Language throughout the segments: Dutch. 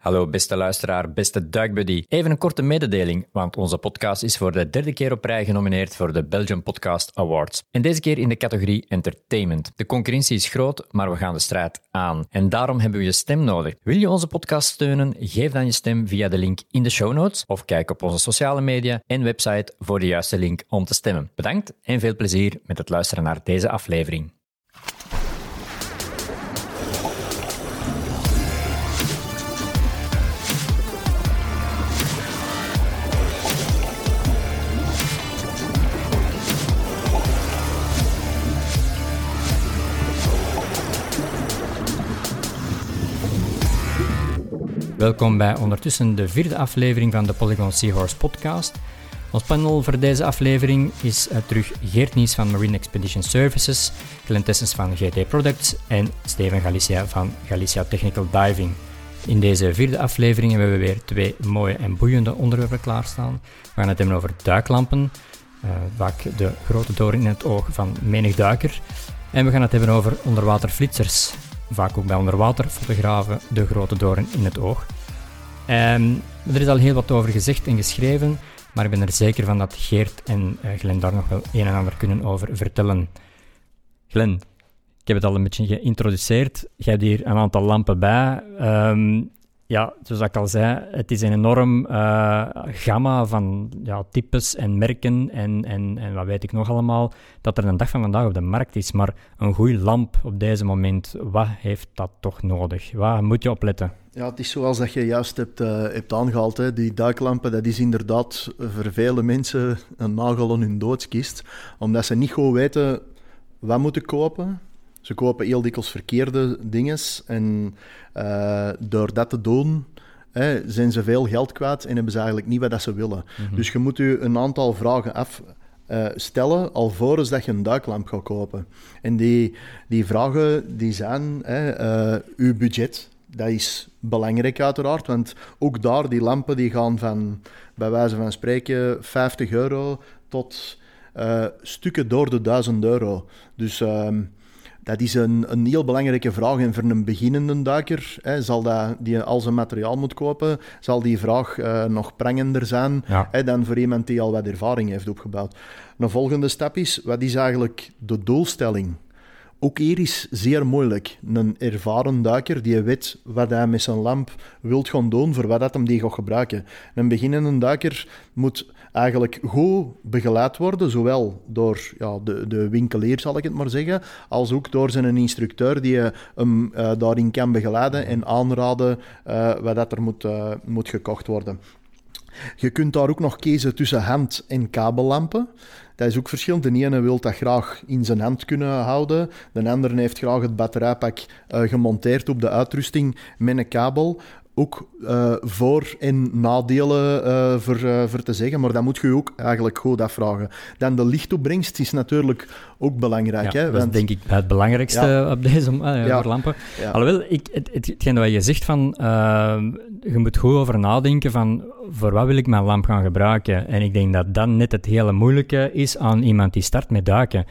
Hallo beste luisteraar, beste duikbuddy. Even een korte mededeling, want onze podcast is voor de derde keer op rij genomineerd voor de Belgian Podcast Awards. En deze keer in de categorie Entertainment. De concurrentie is groot, maar we gaan de strijd aan. En daarom hebben we je stem nodig. Wil je onze podcast steunen? Geef dan je stem via de link in de show notes of kijk op onze sociale media en website voor de juiste link om te stemmen. Bedankt en veel plezier met het luisteren naar deze aflevering. Welkom bij ondertussen de vierde aflevering van de Polygon Seahorse podcast. Ons panel voor deze aflevering is terug Geert Nies van Marine Expedition Services, Glenn Tessens van GT Products en Steven Galicia van Galicia Technical Diving. In deze vierde aflevering hebben we weer twee mooie en boeiende onderwerpen klaarstaan. We gaan het hebben over duiklampen, vaak de grote doorn in het oog van menig duiker. En we gaan het hebben over onderwaterflitsers, vaak ook bij onderwaterfotografen de grote doorn in het oog. Er is al heel wat over gezegd en geschreven, maar ik ben er zeker van dat Geert en Glenn daar nog wel een en ander kunnen over vertellen. Glenn, ik heb het al een beetje geïntroduceerd. Je hebt hier een aantal lampen bij. Zoals ik al zei, het is een enorm gamma van types en merken en wat weet ik nog allemaal, dat er een dag van vandaag op de markt is. Maar een goede lamp op deze moment, wat heeft dat toch nodig? Waar moet je op letten? Ja, het is zoals dat je juist hebt aangehaald. Hè. Die duiklampen, dat is inderdaad voor vele mensen een nagel in hun doodskist. Omdat ze niet goed weten wat moeten kopen. Ze kopen heel dikwijls verkeerde dingen. En door dat te doen, zijn ze veel geld kwijt en hebben ze eigenlijk niet wat ze willen. Mm-hmm. Dus je moet je een aantal vragen stellen alvorens dat je een duiklamp gaat kopen. En die vragen die zijn uw budget. Dat is belangrijk uiteraard, want ook daar, die lampen die gaan van, bij wijze van spreken, €50 tot stukken door de €1000. Dus dat is een heel belangrijke vraag. En voor een beginnende duiker, die al zijn materiaal moet kopen, zal die vraag nog prangender zijn dan voor iemand die al wat ervaring heeft opgebouwd. Een volgende stap is, wat is eigenlijk de doelstelling? Ook hier is zeer moeilijk. Een ervaren duiker die weet wat hij met zijn lamp wilt gaan doen, voor wat dat hem die gaat gebruiken. Een beginnende duiker moet eigenlijk goed begeleid worden, zowel door de winkelier, zal ik het maar zeggen, als ook door zijn instructeur die hem daarin kan begeleiden en aanraden wat dat er moet gekocht worden. Je kunt daar ook nog kiezen tussen hand- en kabellampen. Dat is ook verschillend. De ene wil dat graag in zijn hand kunnen houden. De andere heeft graag het batterijpak gemonteerd op de uitrusting met een kabel. Ook voor- en nadelen voor te zeggen, maar dat moet je ook eigenlijk goed afvragen. Dan de lichtopbrengst is natuurlijk ook belangrijk. Ja, dat is denk ik het belangrijkste op deze voor lampen. Ja. Alhoewel, hetgeen wat je zegt van, je moet goed over nadenken van, voor wat wil ik mijn lamp gaan gebruiken? En ik denk dat dat net het hele moeilijke is aan iemand die start met duiken.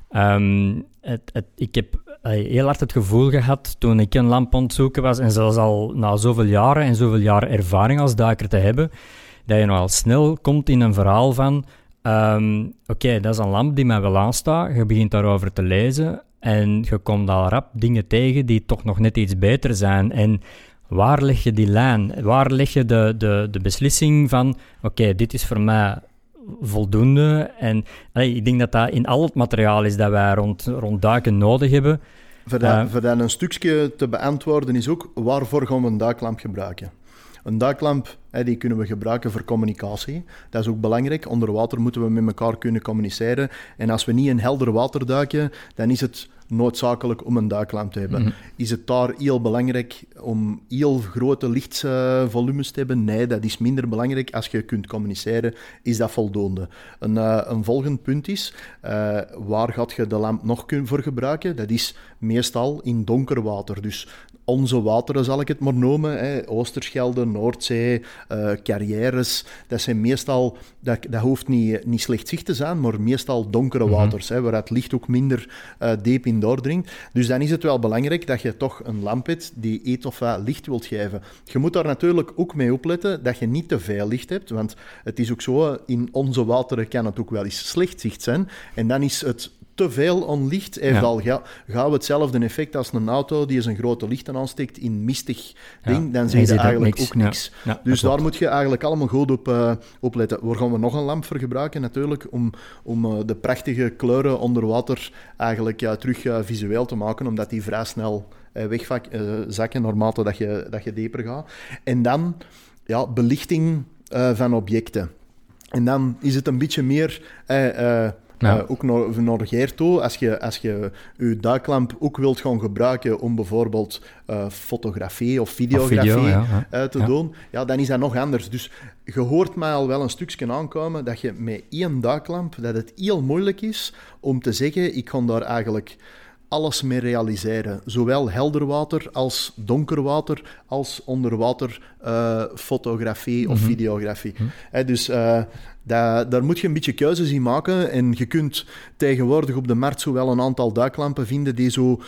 Ik heb heel hard het gevoel gehad toen ik een lamp aan het zoeken was, en zelfs al na zoveel jaren en zoveel jaren ervaring als duiker te hebben, dat je nogal snel komt in een verhaal van oké, dat is een lamp die mij wel aanstaat, je begint daarover te lezen en je komt al rap dingen tegen die toch nog net iets beter zijn. En waar leg je die lijn? Waar leg je de beslissing van oké, dit is voor mij voldoende? En ik denk dat dat in al het materiaal is dat wij rond duiken nodig hebben. Voor dat een stukje te beantwoorden is ook, waarvoor gaan we een duiklamp gebruiken? Een duiklamp die kunnen we gebruiken voor communicatie. Dat is ook belangrijk. Onder water moeten we met elkaar kunnen communiceren. En als we niet in helder water duiken, dan is het noodzakelijk om een duiklamp te hebben. Mm-hmm. Is het daar heel belangrijk om heel grote lichtvolumes te hebben? Nee, dat is minder belangrijk. Als je kunt communiceren, is dat voldoende. Een volgend punt is, waar gaat je de lamp nog voor gebruiken? Dat is meestal in donker water. Dus onze wateren, zal ik het maar noemen, hè, Oosterschelde, Noordzee, carrières, dat zijn meestal, dat hoeft niet slecht zicht te zijn, maar meestal donkere waters, hè, waar het licht ook minder diep in doordringt. Dus dan is het wel belangrijk dat je toch een lamp hebt die iets of wat licht wilt geven. Je moet daar natuurlijk ook mee opletten dat je niet te veel licht hebt, want het is ook zo, in onze wateren kan het ook wel eens slecht zicht zijn, en dan is het te veel onlicht, heeft al gauw hetzelfde effect als een auto die zijn grote lichten aansteekt in mistig ding, dan zie je eigenlijk ook niks. Ja, dus daar moet je eigenlijk allemaal goed op letten. Waar gaan we nog een lamp voor gebruiken? Natuurlijk om de prachtige kleuren onder water eigenlijk terug visueel te maken, omdat die vrij snel wegzakken naarmate dat je dieper gaat. En dan belichting van objecten. En dan is het een beetje meer... ook naar Geert toe, als je je duiklamp ook wilt gaan gebruiken om bijvoorbeeld fotografie of videografie te doen, dan is dat nog anders. Dus je hoort mij al wel een stukje aankomen dat je met één duiklamp, dat het heel moeilijk is om te zeggen, ik ga daar eigenlijk alles mee realiseren. Zowel helder water als donker water, als onderwater fotografie of videografie. Dus daar moet je een beetje keuzes in maken. En je kunt tegenwoordig op de markt zo wel een aantal duiklampen vinden die zo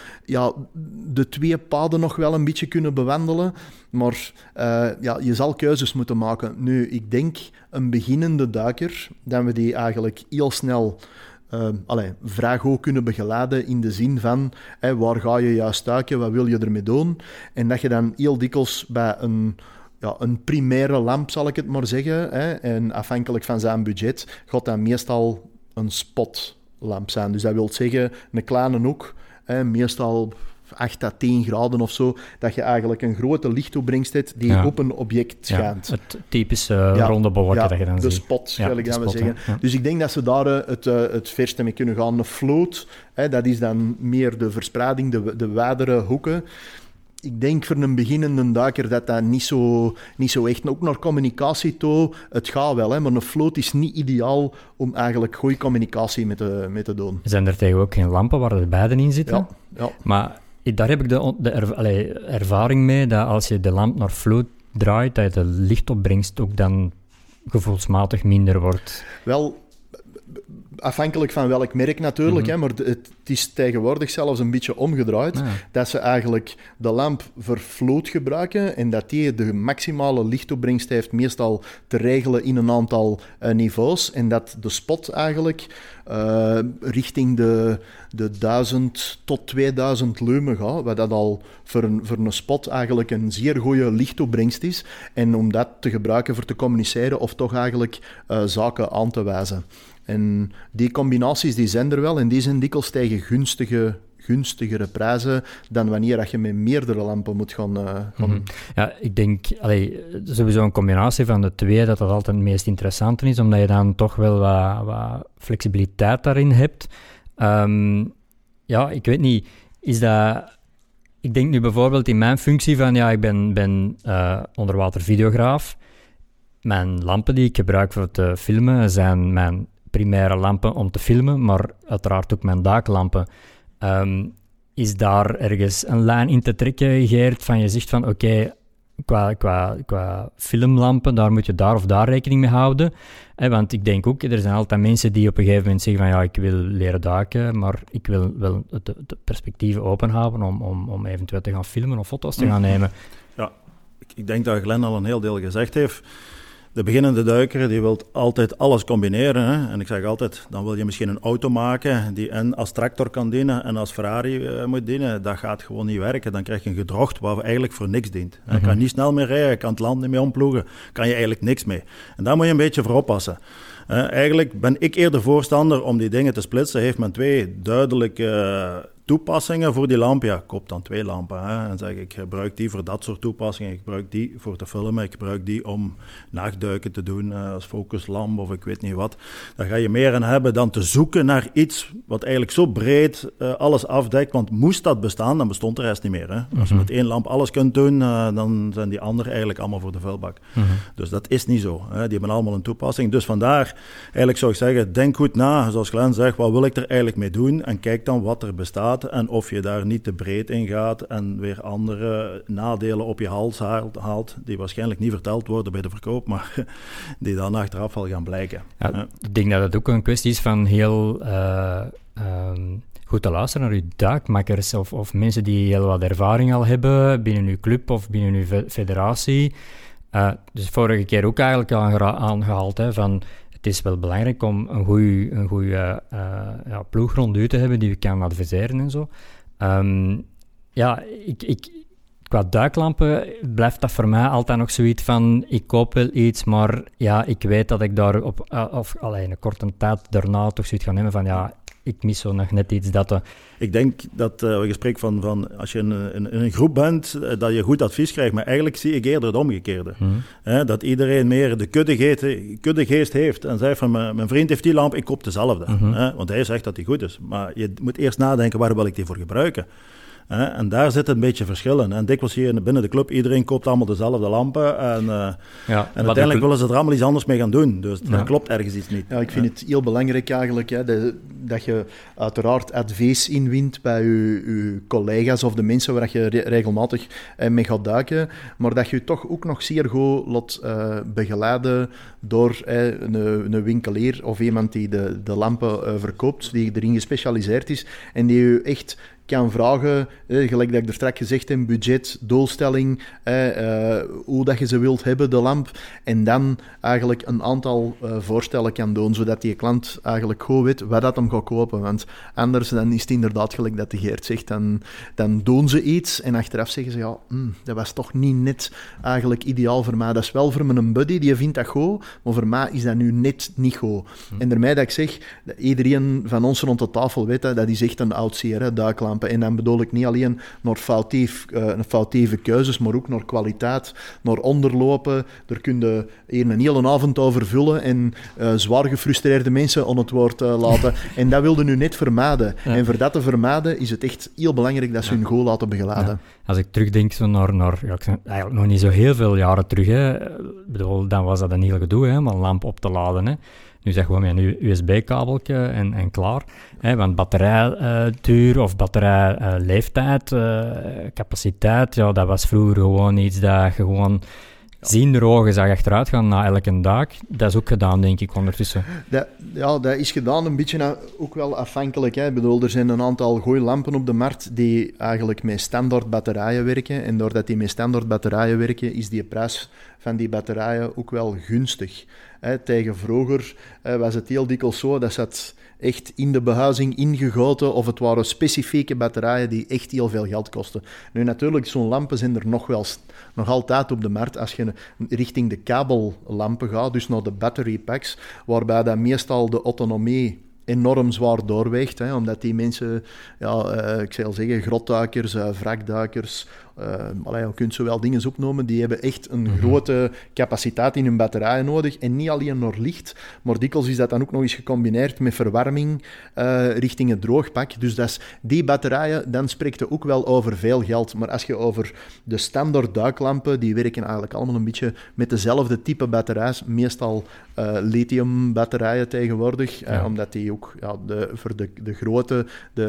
de twee paden nog wel een beetje kunnen bewandelen. Maar je zal keuzes moeten maken. Nu, ik denk een beginnende duiker, dat we die eigenlijk heel snel... vrij goed kunnen begeleiden in de zin van waar ga je juist duiken, wat wil je ermee doen? En dat je dan heel dikwijls bij een primaire lamp, zal ik het maar zeggen, en afhankelijk van zijn budget, gaat dat meestal een spotlamp zijn. Dus dat wil zeggen, een kleine hoek, meestal 8 à 10 graden of zo, dat je eigenlijk een grote lichtopbrengst hebt die op een object schijnt. Het typische ronde bolletje dat je dan ziet. De spot, wil ik dan zeggen. Ja. Dus ik denk dat ze daar het verste mee kunnen gaan. Een float, dat is dan meer de verspreiding, de wijdere hoeken. Ik denk voor een beginnende duiker dat niet zo echt... Ook naar communicatie toe, het gaat wel, maar een float is niet ideaal om eigenlijk goede communicatie mee te doen. Zijn er tegen ook geen lampen waar er beide in zitten? Ja. Maar daar heb ik de ervaring mee, dat als je de lamp naar float draait, dat je de lichtopbrengst ook dan gevoelsmatig minder wordt. Wel... Afhankelijk van welk merk natuurlijk, maar het is tegenwoordig zelfs een beetje omgedraaid. Dat ze eigenlijk de lamp voor float gebruiken en dat die de maximale lichtopbrengst heeft meestal te regelen in een aantal niveaus. En dat de spot eigenlijk richting de 1000 tot 2000 lumen gaat, wat dat al voor een spot eigenlijk een zeer goede lichtopbrengst is. En om dat te gebruiken voor te communiceren of toch eigenlijk zaken aan te wijzen. En die combinaties die zijn er wel en die zijn dikwijls tegen gunstigere prijzen dan wanneer je met meerdere lampen moet gaan doen. Ja, ik denk sowieso een combinatie van de twee dat altijd het meest interessante is, omdat je dan toch wel wat flexibiliteit daarin hebt. Ik weet niet, is dat... Ik denk nu bijvoorbeeld in mijn functie van, ik ben onderwater videograaf. Mijn lampen die ik gebruik voor te filmen zijn mijn primaire lampen om te filmen, maar uiteraard ook mijn duiklampen. Is daar ergens een lijn in te trekken, Geert, van je zegt van oké, qua filmlampen, daar moet je daar of daar rekening mee houden. Want ik denk ook, er zijn altijd mensen die op een gegeven moment zeggen van ik wil leren duiken, maar ik wil wel de perspectieven open houden om eventueel te gaan filmen of foto's te gaan nemen. Ja, ik denk dat Glenn al een heel deel gezegd heeft. De beginnende duiker die wil altijd alles combineren. Hè? En ik zeg altijd, dan wil je misschien een auto maken die en als tractor kan dienen en als Ferrari moet dienen. Dat gaat gewoon niet werken. Dan krijg je een gedrocht waar eigenlijk voor niks dient. Je kan niet snel meer rijden, je kan het land niet meer omploegen. Kan je eigenlijk niks mee. En daar moet je een beetje voor oppassen. Eigenlijk ben ik eerder voorstander om die dingen te splitsen. Heeft men 2 duidelijke toepassingen voor die lamp. Ja, koop dan 2 lampen. En zeg ik gebruik die voor dat soort toepassingen. Ik gebruik die voor te filmen. Ik gebruik die om nachtduiken te doen als focuslamp of ik weet niet wat. Daar ga je meer aan hebben dan te zoeken naar iets wat eigenlijk zo breed alles afdekt. Want moest dat bestaan, dan bestond de rest niet meer. Hè? Als je met 1 lamp alles kunt doen, dan zijn die anderen eigenlijk allemaal voor de vuilbak. Dus dat is niet zo. Hè? Die hebben allemaal een toepassing. Dus vandaar, eigenlijk zou ik zeggen, denk goed na. Zoals Glenn zegt, wat wil ik er eigenlijk mee doen? En kijk dan wat er bestaat. gaat en of je daar niet te breed in gaat en weer andere nadelen op je hals haalt die waarschijnlijk niet verteld worden bij de verkoop, maar die dan achteraf wel gaan blijken. Ja, ik denk dat het ook een kwestie is van heel goed te luisteren naar uw duikmakkers of mensen die heel wat ervaring al hebben binnen uw club of binnen uw federatie. Dus vorige keer ook eigenlijk aangehaald, hè, van het is wel belangrijk om een goede ploeg rond u te hebben die u kan adviseren en zo. Qua duiklampen blijft dat voor mij altijd nog zoiets van, ik koop wel iets, maar ja, ik weet dat ik daar een korte tijd daarna toch zoiets ga nemen van, ik mis zo nog net iets dat... Ik denk dat je spreekt van als je in een groep bent, dat je goed advies krijgt, maar eigenlijk zie ik eerder het omgekeerde. Dat iedereen meer de kuddegeest heeft en zegt van, mijn vriend heeft die lamp, ik koop dezelfde. Want hij zegt dat die goed is. Maar je moet eerst nadenken, waar wil ik die voor gebruiken? En daar zit een beetje verschil in. En dikwijls hier binnen de club, iedereen koopt allemaal dezelfde lampen. En uiteindelijk willen ze er allemaal iets anders mee gaan doen. Dus dat klopt ergens iets niet. Ja, ik vind het heel belangrijk eigenlijk dat je uiteraard advies inwint bij je collega's of de mensen waar je regelmatig mee gaat duiken. Maar dat je je toch ook nog zeer goed laat begeleiden door een winkelier of iemand die de lampen verkoopt, die erin gespecialiseerd is en die je echt kan vragen, gelijk dat ik er straks gezegd heb, budget, doelstelling, hoe dat je ze wilt hebben, de lamp, en dan eigenlijk een aantal voorstellen kan doen, zodat die klant eigenlijk goed weet wat dat hem gaat kopen. Want anders dan is het inderdaad, gelijk dat de Geert zegt, dan doen ze iets en achteraf zeggen ze, dat was toch niet net eigenlijk ideaal voor mij. Dat is wel voor mijn buddy, die vindt dat goed, maar voor mij is dat nu net niet goed. En daarmee dat ik zeg, dat iedereen van ons rond de tafel weet dat is echt een oudseer, duiklamp. En dan bedoel ik niet alleen naar foutieve keuzes, maar ook naar kwaliteit, naar onderlopen. Daar kun je hier een hele avond over vullen en zwaar gefrustreerde mensen aan het woord laten. En dat wilde nu net vermijden. Ja. En voor dat te vermijden is het echt heel belangrijk dat ze hun goal laten begeleiden. Ja. Als ik terugdenk naar eigenlijk nog niet zo heel veel jaren terug, hè. Bedoel, dan was dat een heel gedoe, hè, om een lamp op te laden, hè. Nu zeg gewoon met een USB-kabeltje en klaar. Want batterijduur of batterijleeftijd, capaciteit, dat was vroeger gewoon iets dat je gewoon ziende ogen zag achteruit gaan na elke dag. Dat is ook gedaan, denk ik, ondertussen. Dat is gedaan, een beetje ook wel afhankelijk. Hè. Ik bedoel, er zijn een aantal goeie lampen op de markt die eigenlijk met standaard batterijen werken. En doordat die met standaard batterijen werken, is die prijs van die batterijen ook wel gunstig. Tegen vroeger was het heel dikwijls zo, dat zat echt in de behuizing ingegoten, of het waren specifieke batterijen die echt heel veel geld kosten. Nu natuurlijk, zo'n lampen zijn er nog altijd op de markt als je richting de kabellampen gaat, dus naar de battery packs, waarbij dat meestal de autonomie enorm zwaar doorweegt, hè, omdat die mensen, ik zal zeggen, grotduikers, wrakduikers, je kunt zowel dingen opnoemen, die hebben echt een grote capaciteit in hun batterijen nodig, en niet alleen naar licht, maar dikwijls is dat dan ook nog eens gecombineerd met verwarming richting het droogpak. Dus die batterijen, dan spreekt je ook wel over veel geld. Maar als je over de standaard duiklampen, die werken eigenlijk allemaal een beetje met dezelfde type batterijen, meestal lithium batterijen tegenwoordig, omdat die ook voor de grootte,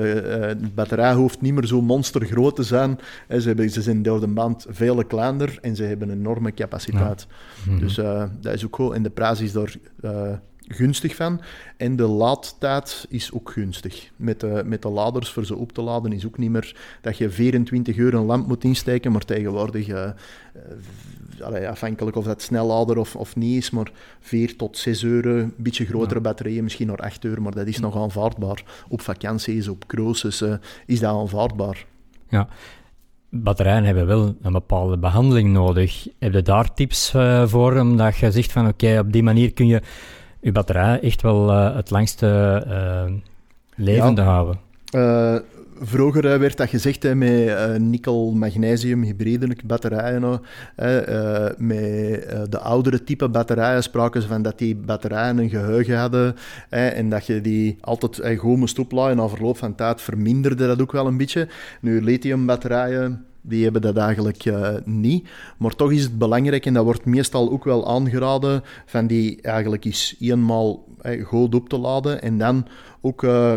de batterij hoeft niet meer zo monstergroot te zijn. Ze zijn door de band veel kleiner en ze hebben een enorme capaciteit. Ja. Dus dat is ook goed. En de prijs is daar gunstig van. En de laadtijd is ook gunstig. Met de laders voor ze op te laden is ook niet meer dat je 24 uur een lamp moet insteken, maar tegenwoordig, afhankelijk of dat snellader of niet is, maar 4 tot 6 uur, een beetje grotere batterijen, misschien nog 8 uur, maar dat is nog aanvaardbaar. Op vakanties, op cruises is dat aanvaardbaar. Ja. Batterijen hebben wel een bepaalde behandeling nodig. Heb je daar tips voor, omdat je zegt van oké, op die manier kun je je batterij echt wel het langste levende houden? Vroeger werd dat gezegd met nikkel-magnesium hybride batterijen. Met de oudere type batterijen spraken ze van dat die batterijen een geheugen hadden en dat je die altijd goed moest opladen. Na verloop van tijd verminderde dat ook wel een beetje. Nu, lithium-batterijen Die hebben dat eigenlijk niet. Maar toch is het belangrijk, en dat wordt meestal ook wel aangeraden, van die eigenlijk eens eenmaal goed op te laden en dan ook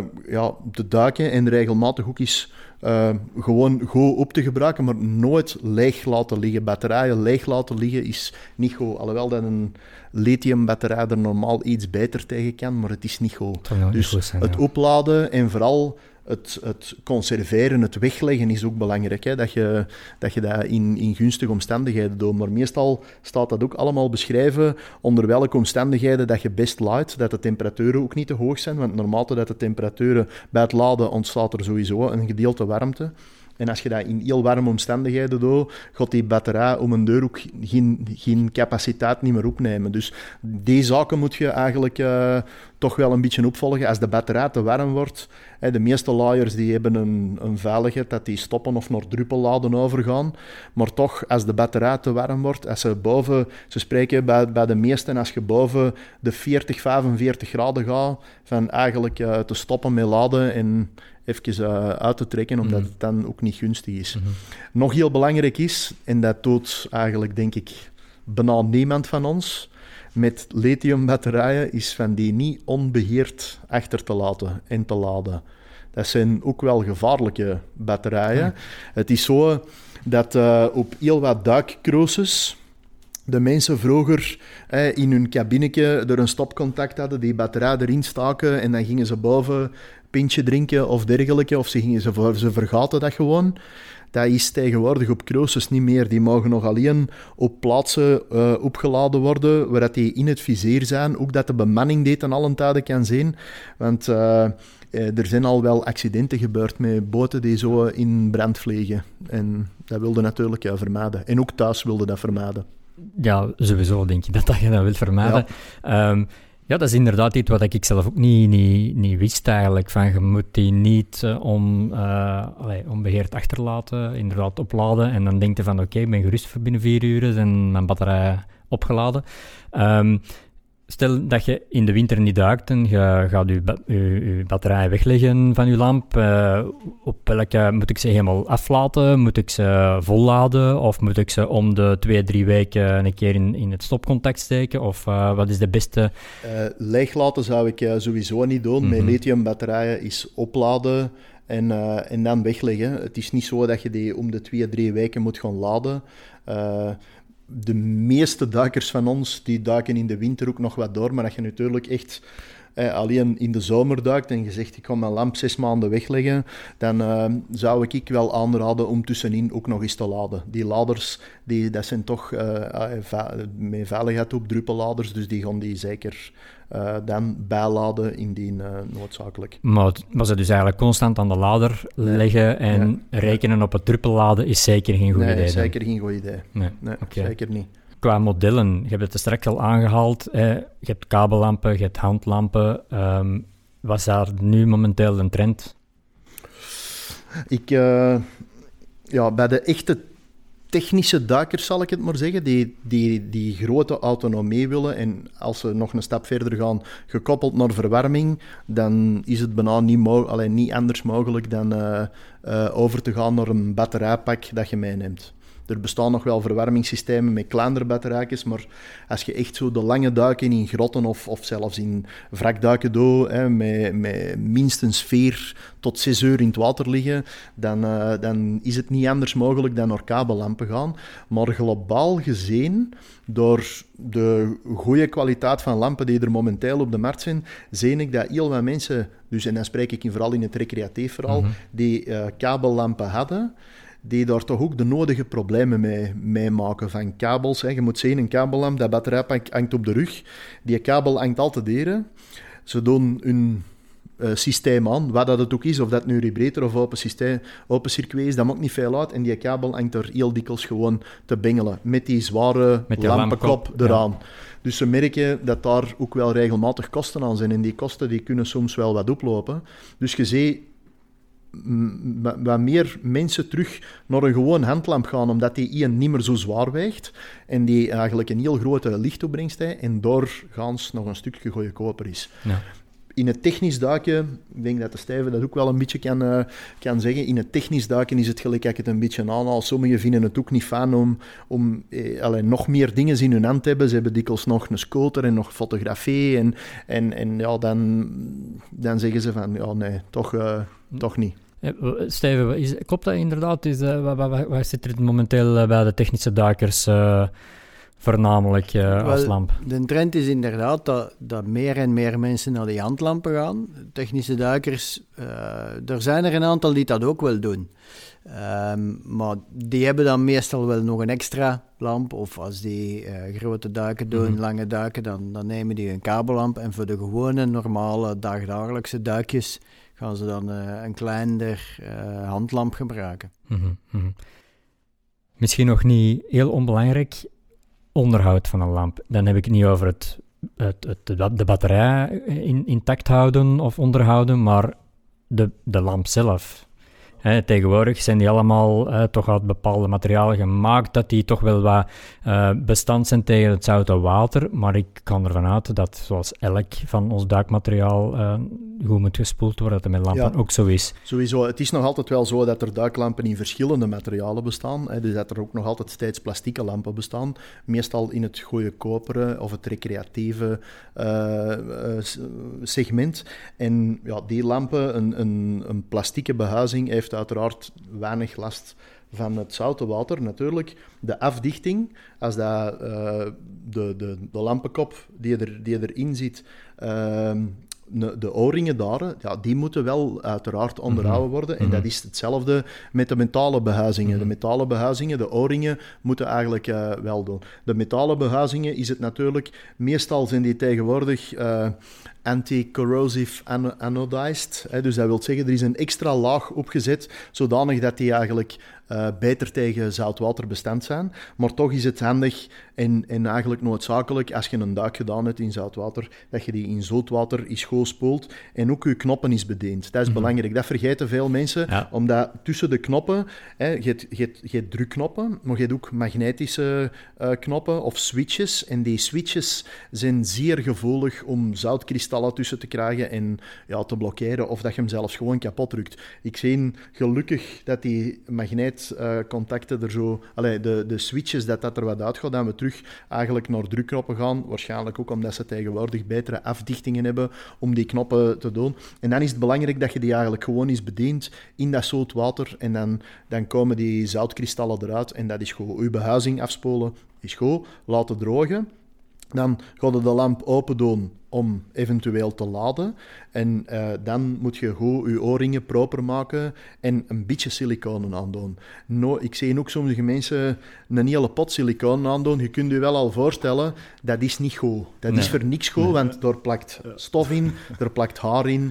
te duiken en regelmatig ook eens gewoon goed op te gebruiken, maar nooit leeg laten liggen. Batterijen leeg laten liggen is niet goed. Alhoewel dat een lithiumbatterij er normaal iets beter tegen kan, maar het is niet goed. Dus goed zijn, het opladen en vooral het conserveren, het wegleggen is ook belangrijk. Hè? Dat je dat in gunstige omstandigheden doet. Maar meestal staat dat ook allemaal beschreven onder welke omstandigheden dat je best laat. Dat de temperaturen ook niet te hoog zijn. Want naarmate dat de temperaturen bij het laden ontstaat er sowieso een gedeelte warmte. En als je dat in heel warme omstandigheden doet, gaat die batterij om een deur ook geen capaciteit niet meer opnemen. Dus die zaken moet je eigenlijk toch wel een beetje opvolgen. Als de batterij te warm wordt, de meeste laaiers die hebben een veiligheid dat die stoppen of naar druppelladen overgaan. Maar toch, als de batterij te warm wordt, als ze spreken bij de meesten, als je boven de 40, 45 graden gaat, van eigenlijk te stoppen met laden en even uit te trekken, omdat het dan ook niet gunstig is. Nog heel belangrijk is, en dat doet eigenlijk, denk ik, bijna niemand van ons, met lithiumbatterijen, is van die niet onbeheerd achter te laten en te laden. Dat zijn ook wel gevaarlijke batterijen. Het is zo dat op heel wat duikcruises de mensen vroeger in hun cabinetje er een stopcontact hadden, die batterij erin staken en dan gingen ze boven pintje drinken of dergelijke, of ze vergaten dat gewoon. Dat is tegenwoordig op cruises niet meer. Die mogen nog alleen op plaatsen opgeladen worden waar die in het vizier zijn. Ook dat de bemanning dit aan alle tijden kan zien. Want er zijn al wel accidenten gebeurd met boten die zo in brand vliegen. En dat wilde natuurlijk vermijden. En ook thuis wilde dat vermijden. Ja, sowieso denk je dat je dat wilt vermijden. Ja, dat is inderdaad iets wat ik zelf ook niet wist eigenlijk. Van, je moet die niet onbeheerd achterlaten, inderdaad opladen. En dan denk je van oké, ik ben gerust binnen 4 uur en mijn batterij opgeladen. Stel dat je in de winter niet duikt en je gaat je batterij wegleggen van je lamp. Op welke moet ik ze helemaal aflaten? Moet ik ze volladen? Of moet ik ze om de 2-3 weken een keer in het stopcontact steken? Of wat is de beste? Leeglaten zou ik sowieso niet doen. Met lithiumbatterijen is opladen en dan wegleggen. Het is niet zo dat je die om de 2-3 weken moet gaan laden. De meeste duikers van ons, die duiken in de winter ook nog wat door, maar als je natuurlijk echt alleen in de zomer duikt en je zegt ik ga mijn lamp 6 maanden wegleggen, dan zou ik wel aanraden om tussenin ook nog eens te laden. Die laders, dat zijn toch met veiligheid op druppelladers, dus die gaan die zeker dan bijladen indien noodzakelijk. Maar ze dus eigenlijk constant aan de lader leggen en rekenen op het druppelladen is zeker geen goed idee? Nee, zeker geen goed idee. Nee, Okay. Zeker niet. Qua modellen, je hebt het er straks al aangehaald, je hebt kabellampen, je hebt handlampen. Wat is daar nu momenteel een trend? Bij de echte technische duikers, zal ik het maar zeggen, die grote autonomie willen en als ze nog een stap verder gaan, gekoppeld naar verwarming, dan is het bijna niet anders mogelijk dan over te gaan naar een batterijpak dat je meeneemt. Er bestaan nog wel verwarmingssystemen met kleinere batterijtjes, maar als je echt zo de lange duiken in grotten of zelfs in wrakduiken doet, met minstens 4 tot 6 uur in het water liggen, dan is het niet anders mogelijk dan naar kabellampen gaan. Maar globaal gezien, door de goede kwaliteit van lampen die er momenteel op de markt zijn, zie ik dat heel wat mensen, dus, en dan spreek ik vooral in het recreatief verhaal, die kabellampen hadden, die daar toch ook de nodige problemen mee maken van kabels. Hè. Je moet zien, een kabellamp, dat batterijpak hangt op de rug. Die kabel hangt altijd deren. Ze doen hun systeem aan, wat dat het ook is, of dat nu vibrator of open circuit is, dat maakt niet veel uit. En die kabel hangt er heel dikwijls gewoon te bengelen, met die zware lampenkop eraan. Ja. Dus ze merken dat daar ook wel regelmatig kosten aan zijn. En die kosten die kunnen soms wel wat oplopen. Dus je ziet wat meer mensen terug naar een gewoon handlamp gaan, omdat die niet meer zo zwaar weegt en die eigenlijk een heel grote lichtopbrengst heeft en doorgaans nog een stukje goedkoper is. Ja. in het technisch duiken, ik denk dat de Steven dat ook wel een beetje kan zeggen, in het technisch duiken is het gelijk dat ik het een beetje aanhaal. Sommigen vinden het ook niet fijn om nog meer dingen in hun hand te hebben. Ze hebben dikwijls nog een scooter en nog fotografie en ja, dan zeggen ze van, ja nee, toch niet. Steven, klopt dat inderdaad? Wat zit er momenteel bij de technische duikers voornamelijk als lamp? De trend is inderdaad dat meer en meer mensen naar die handlampen gaan. Technische duikers, er zijn er een aantal die dat ook wel doen. Maar die hebben dan meestal wel nog een extra lamp. Of als die grote duiken doen, lange duiken, dan nemen die een kabellamp. En voor de gewone, normale, dagdagelijkse duikjes gaan ze dan een kleiner handlamp gebruiken. Misschien nog niet heel onbelangrijk, onderhoud van een lamp. Dan heb ik het niet over de batterij intact houden of onderhouden, maar de lamp zelf. Tegenwoordig zijn die allemaal toch uit bepaalde materialen gemaakt, dat die toch wel wat bestand zijn tegen het zoute water, maar ik kan ervan uit dat, zoals elk van ons duikmateriaal goed moet gespoeld worden, dat het met lampen ook zo is. Sowieso, het is nog altijd wel zo dat er duiklampen in verschillende materialen bestaan, dus dat er ook nog altijd steeds plastieke lampen bestaan, meestal in het goede koperen of het recreatieve segment. En ja, die lampen, een plastieke behuizing heeft uiteraard weinig last van het zoute water. Natuurlijk, de afdichting, als dat, de lampenkop die erin zit, de O-ringen daar, ja, die moeten wel uiteraard onderhouden worden. En dat is hetzelfde met de metalen behuizingen. De metalen behuizingen, de O-ringen, moeten eigenlijk wel doen. De metalen behuizingen is het natuurlijk, meestal zijn die tegenwoordig anti-corrosive anodized. Dus dat wil zeggen, er is een extra laag opgezet, zodanig dat die eigenlijk beter tegen zoutwater bestand zijn. Maar toch is het handig en eigenlijk noodzakelijk, als je een duik gedaan hebt in zoutwater, dat je die in zoetwater is spoelt en ook je knoppen is bediend. Dat is belangrijk. Dat vergeten veel mensen, omdat tussen de knoppen, je hebt drukknoppen, maar je hebt ook magnetische knoppen of switches. En die switches zijn zeer gevoelig om zoutkristallen tussen te krijgen en te blokkeren, of dat je hem zelfs gewoon kapot drukt. Ik zie gelukkig dat die magneetcontacten er zo... de switches, dat er wat uitgaat, dat we terug eigenlijk naar drukknoppen gaan. Waarschijnlijk ook omdat ze tegenwoordig betere afdichtingen hebben om die knoppen te doen. En dan is het belangrijk dat je die eigenlijk gewoon eens bedient in dat zout water en dan komen die zoutkristallen eruit en dat is goed. Je behuizing afspoelen is goed, laten drogen. Dan ga je de lamp open doen om eventueel te laden. En dan moet je goed je oorringen proper maken en een beetje siliconen aandoen. Ik zie ook sommige mensen een hele pot siliconen aandoen. Je kunt je wel al voorstellen, dat is niet goed. Dat is voor niks goed, want er plakt stof in, er plakt haar in.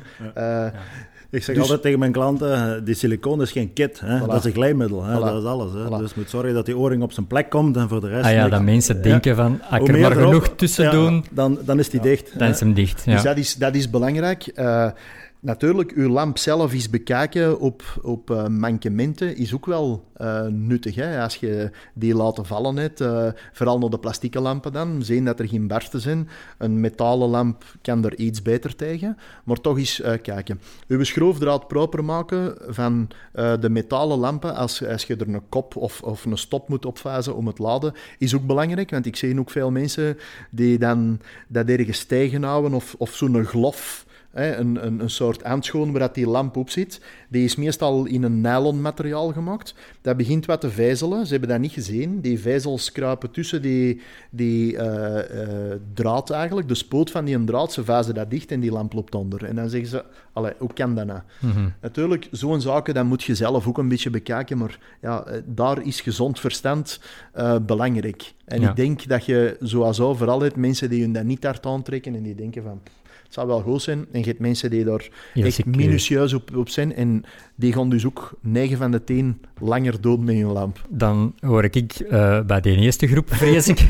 Ik zeg altijd tegen mijn klanten, die silicoon is geen kit, hè? Voilà. Dat is een glijmiddel, hè? Voilà. Dat is alles. Hè? Voilà. Dus je moet zorgen dat die oorring op zijn plek komt en voor de rest... dat mensen denken van, ik er maar genoeg tussen doen... Dan is die dicht. Dan is hem dicht, Dus dat is belangrijk. Natuurlijk, uw lamp zelf is bekijken op mankementen is ook wel nuttig. Hè? Als je die laten vallen hebt, vooral naar de plastieke lampen dan, zien dat er geen barsten zijn. Een metalen lamp kan er iets beter tegen, maar toch eens kijken. Uw schroefdraad proper maken van de metalen lampen, als je er een kop of een stop moet opvazen om het laden, is ook belangrijk, want ik zie ook veel mensen die dan dat ergens tegenhouden of zo'n glof, een soort handschoen waar die lamp op zit. Die is meestal in een nylonmateriaal gemaakt. Dat begint wat te vijzelen. Ze hebben dat niet gezien. Die vijzels kruipen tussen die draad eigenlijk. De spoot van die draad, ze vijzen dat dicht en die lamp loopt onder. En dan zeggen ze, hoe kan dat nou? Natuurlijk, zo'n zaken, dat moet je zelf ook een beetje bekijken, maar daar is gezond verstand belangrijk. En ik denk dat je, zoals overal hebt, mensen die hun dat niet hard aantrekken en die denken van... Het zou wel goed zijn. En je hebt mensen die daar echt minutieus op zijn. En die gaan dus ook 9 van de 10 langer dood met hun lamp. Dan hoor ik bij de eerste groep, vrees ik.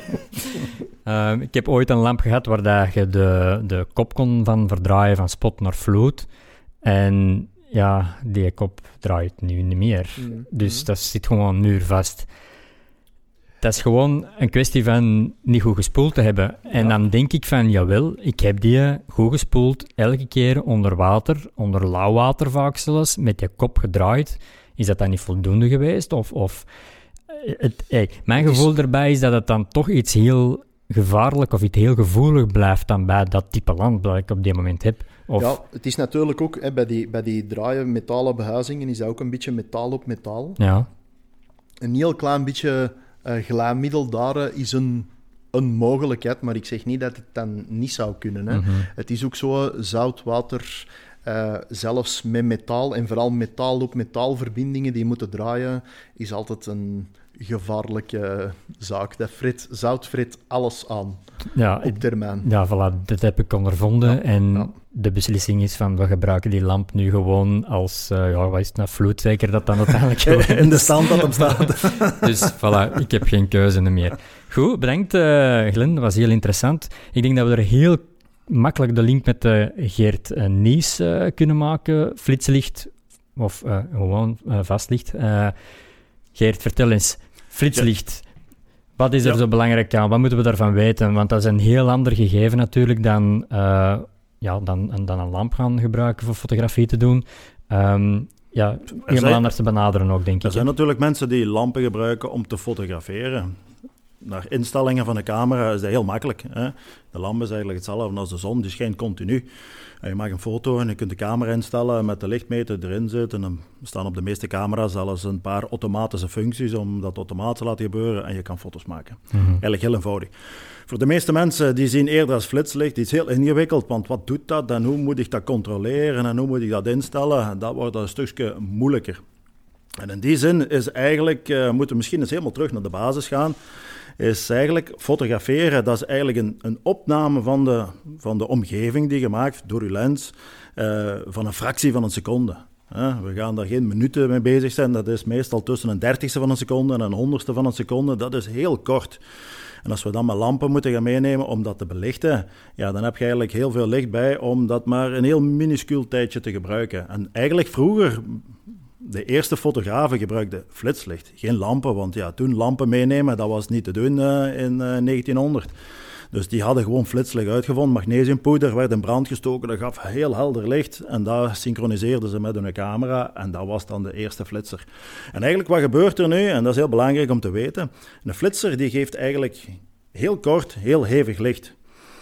Ik heb ooit een lamp gehad waar je de kop kon van verdraaien van spot naar vloed. En die kop draait nu niet meer. Dus dat zit gewoon muurvast. Dat is gewoon een kwestie van niet goed gespoeld te hebben. En dan denk ik van, jawel, ik heb die goed gespoeld, elke keer onder water, onder lauw water vaak zelfs, met je kop gedraaid. Is dat dan niet voldoende geweest? Mijn gevoel daarbij is dat het dan toch iets heel gevaarlijk of iets heel gevoelig blijft dan bij dat type land dat ik op dit moment heb. Ja, het is natuurlijk ook, bij die draaien metalen behuizingen is dat ook een beetje metaal op metaal. Ja. Een heel klein beetje glijmiddel daar is een mogelijkheid, maar ik zeg niet dat het dan niet zou kunnen. Hè. Mm-hmm. Het is ook zo, zoutwater, zelfs met metaal, en vooral metaal op metaalverbindingen die moeten draaien, is altijd een gevaarlijke zaak. Zout vreet alles aan, op termijn. Ja, voilà, dat heb ik ondervonden. Ja, en de beslissing is van, we gebruiken die lamp nu gewoon als, wat is het nou, vloed zeker dat dan uiteindelijk in de stand dat hem staat. Dus voilà, ik heb geen keuze meer. Goed, bedankt Glenn, dat was heel interessant. Ik denk dat we er heel makkelijk de link met Geert Nies kunnen maken. Flitslicht, of gewoon vastlicht. Geert, vertel eens, flitslicht. Wat is er zo belangrijk aan? Wat moeten we daarvan weten? Want dat is een heel ander gegeven natuurlijk dan een lamp gaan gebruiken voor fotografie te doen. Helemaal anders te benaderen ook, denk ik. Er zijn natuurlijk mensen die lampen gebruiken om te fotograferen. Naar instellingen van de camera is dat heel makkelijk. Hè? De lamp is eigenlijk hetzelfde als de zon, die schijnt continu. En je maakt een foto en je kunt de camera instellen met de lichtmeter erin zitten. En dan staan op de meeste camera's zelfs een paar automatische functies om dat automatisch te laten gebeuren en je kan foto's maken. Mm-hmm. Eigenlijk heel eenvoudig. Voor de meeste mensen die zien eerder als flitslicht iets heel ingewikkeld, want wat doet dat en hoe moet ik dat controleren en hoe moet ik dat instellen? Dat wordt een stukje moeilijker. En in die zin is eigenlijk, moeten we misschien eens helemaal terug naar de basis gaan, is eigenlijk fotograferen, dat is eigenlijk een opname van de omgeving die gemaakt door uw lens van een fractie van een seconde. We gaan daar geen minuten mee bezig zijn, dat is meestal tussen een 30ste van een seconde en een 100ste van een seconde, dat is heel kort. En als we dan met lampen moeten gaan meenemen om dat te belichten, ja, dan heb je eigenlijk heel veel licht bij om dat maar een heel minuscuul tijdje te gebruiken. En eigenlijk vroeger, de eerste fotografen gebruikten flitslicht, geen lampen, want ja, toen lampen meenemen, dat was niet te doen in 1900. Dus die hadden gewoon flitslicht uitgevonden, magnesiumpoeder, werd in brand gestoken, dat gaf heel helder licht en daar synchroniseerden ze met hun camera en dat was dan de eerste flitser. En eigenlijk wat gebeurt er nu, en dat is heel belangrijk om te weten, een flitser die geeft eigenlijk heel kort, heel hevig licht.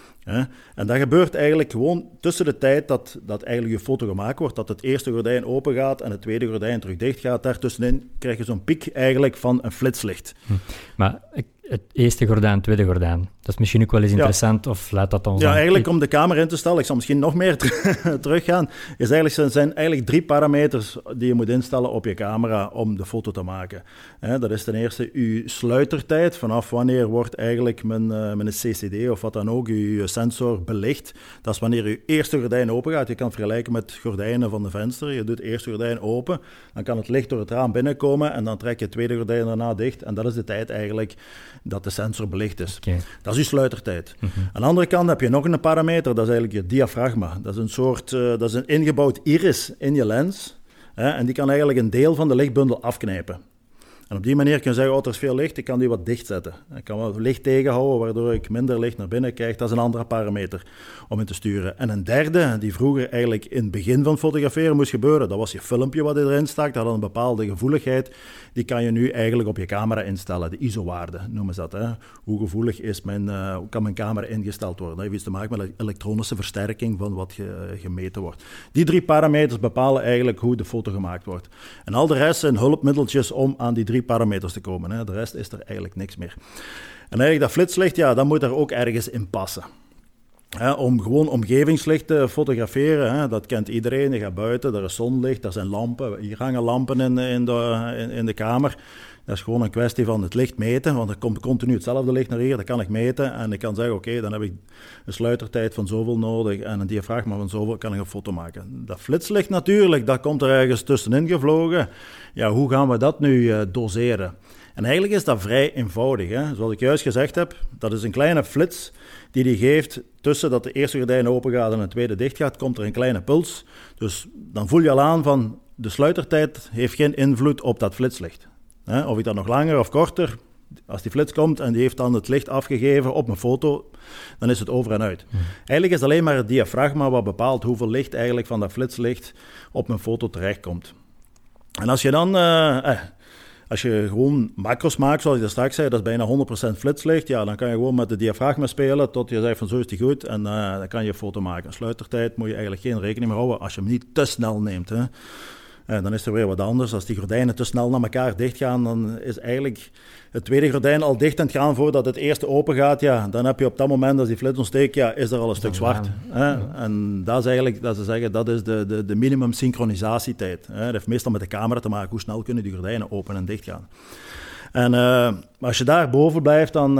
En dat gebeurt eigenlijk gewoon tussen de tijd dat eigenlijk je foto gemaakt wordt, dat het eerste gordijn open gaat en het tweede gordijn terug dicht gaat. Daartussenin krijg je zo'n piek eigenlijk van een flitslicht. Maar het eerste gordijn, het tweede gordijn, dat is misschien ook wel eens interessant, of laat dat ons... Ja, eigenlijk om de camera in te stellen, ik zal misschien nog meer teruggaan, zijn eigenlijk 3 parameters die je moet instellen op je camera om de foto te maken. Dat is ten eerste uw sluitertijd, vanaf wanneer wordt eigenlijk met een CCD of wat dan ook uw sensor belicht. Dat is wanneer je eerste gordijn open gaat. Je kan het vergelijken met gordijnen van de venster. Je doet het eerste gordijn open, dan kan het licht door het raam binnenkomen en dan trek je het tweede gordijn daarna dicht en dat is de tijd eigenlijk dat de sensor belicht is. Okay. Dat is uw sluitertijd. Mm-hmm. Aan de andere kant heb je nog een parameter, dat is eigenlijk je diafragma. Dat is een soort, dat is een ingebouwd iris in je lens. En die kan eigenlijk een deel van de lichtbundel afknijpen. En op die manier kun je zeggen, er is veel licht, ik kan die wat dicht zetten. Ik kan wat licht tegenhouden, waardoor ik minder licht naar binnen krijg. Dat is een andere parameter om in te sturen. En een derde, die vroeger eigenlijk in het begin van fotograferen moest gebeuren, dat was je filmpje wat erin stak, dat had een bepaalde gevoeligheid. Die kan je nu eigenlijk op je camera instellen, de ISO-waarde noemen ze dat. Hè. Hoe gevoelig kan mijn camera ingesteld worden? Dat heeft iets te maken met de elektronische versterking van wat gemeten wordt. Die 3 parameters bepalen eigenlijk hoe de foto gemaakt wordt. En al de rest zijn hulpmiddeltjes om aan die 3 parameters te komen. Hè. De rest is er eigenlijk niks meer. En eigenlijk dat flitslicht, ja, dat moet daar ook ergens in passen. Om gewoon omgevingslicht te fotograferen, dat kent iedereen. Je gaat buiten, er is zonlicht, er zijn lampen. Hier hangen lampen in de kamer. Dat is gewoon een kwestie van het licht meten, want er komt continu hetzelfde licht naar hier. Dat kan ik meten en ik kan zeggen, oké, dan heb ik een sluitertijd van zoveel nodig en een diafragma van zoveel, kan ik een foto maken. Dat flitslicht natuurlijk, dat komt er ergens tussenin gevlogen. Ja, hoe gaan we dat nu doseren? En eigenlijk is dat vrij eenvoudig. Hè? Zoals ik juist gezegd heb, dat is een kleine flits die geeft tussen dat de eerste gordijn open gaat en het tweede dicht gaat, komt er een kleine puls. Dus dan voel je al aan van de sluitertijd heeft geen invloed op dat flitslicht. Of ik dat nog langer of korter, Als die flits komt en die heeft dan het licht afgegeven op mijn foto, dan is het over en uit. Eigenlijk is het alleen maar het diafragma wat bepaalt hoeveel licht eigenlijk van dat flitslicht op mijn foto terechtkomt. En als je dan... Als je gewoon macro's maakt, zoals je straks zei, dat is bijna 100% flitslicht, ja, dan kan je gewoon met de diafragma spelen tot je zegt van zo is die goed en dan kan je een foto maken. Sluitertijd moet je eigenlijk geen rekening meer houden als je hem niet te snel neemt. Hè. Dan is er weer wat anders. Als die gordijnen te snel naar elkaar dichtgaan, dan is eigenlijk het tweede gordijn al dicht aan het gaan voordat het eerste open gaat. Ja, dan heb je op dat moment, als die flits ontsteekt, ja, is er al een stuk zwart. En dat is eigenlijk, dat ze zeggen, dat is de minimum synchronisatietijd. Dat heeft meestal met de camera te maken, hoe snel kunnen die gordijnen open en dicht gaan. En als je daar boven blijft, dan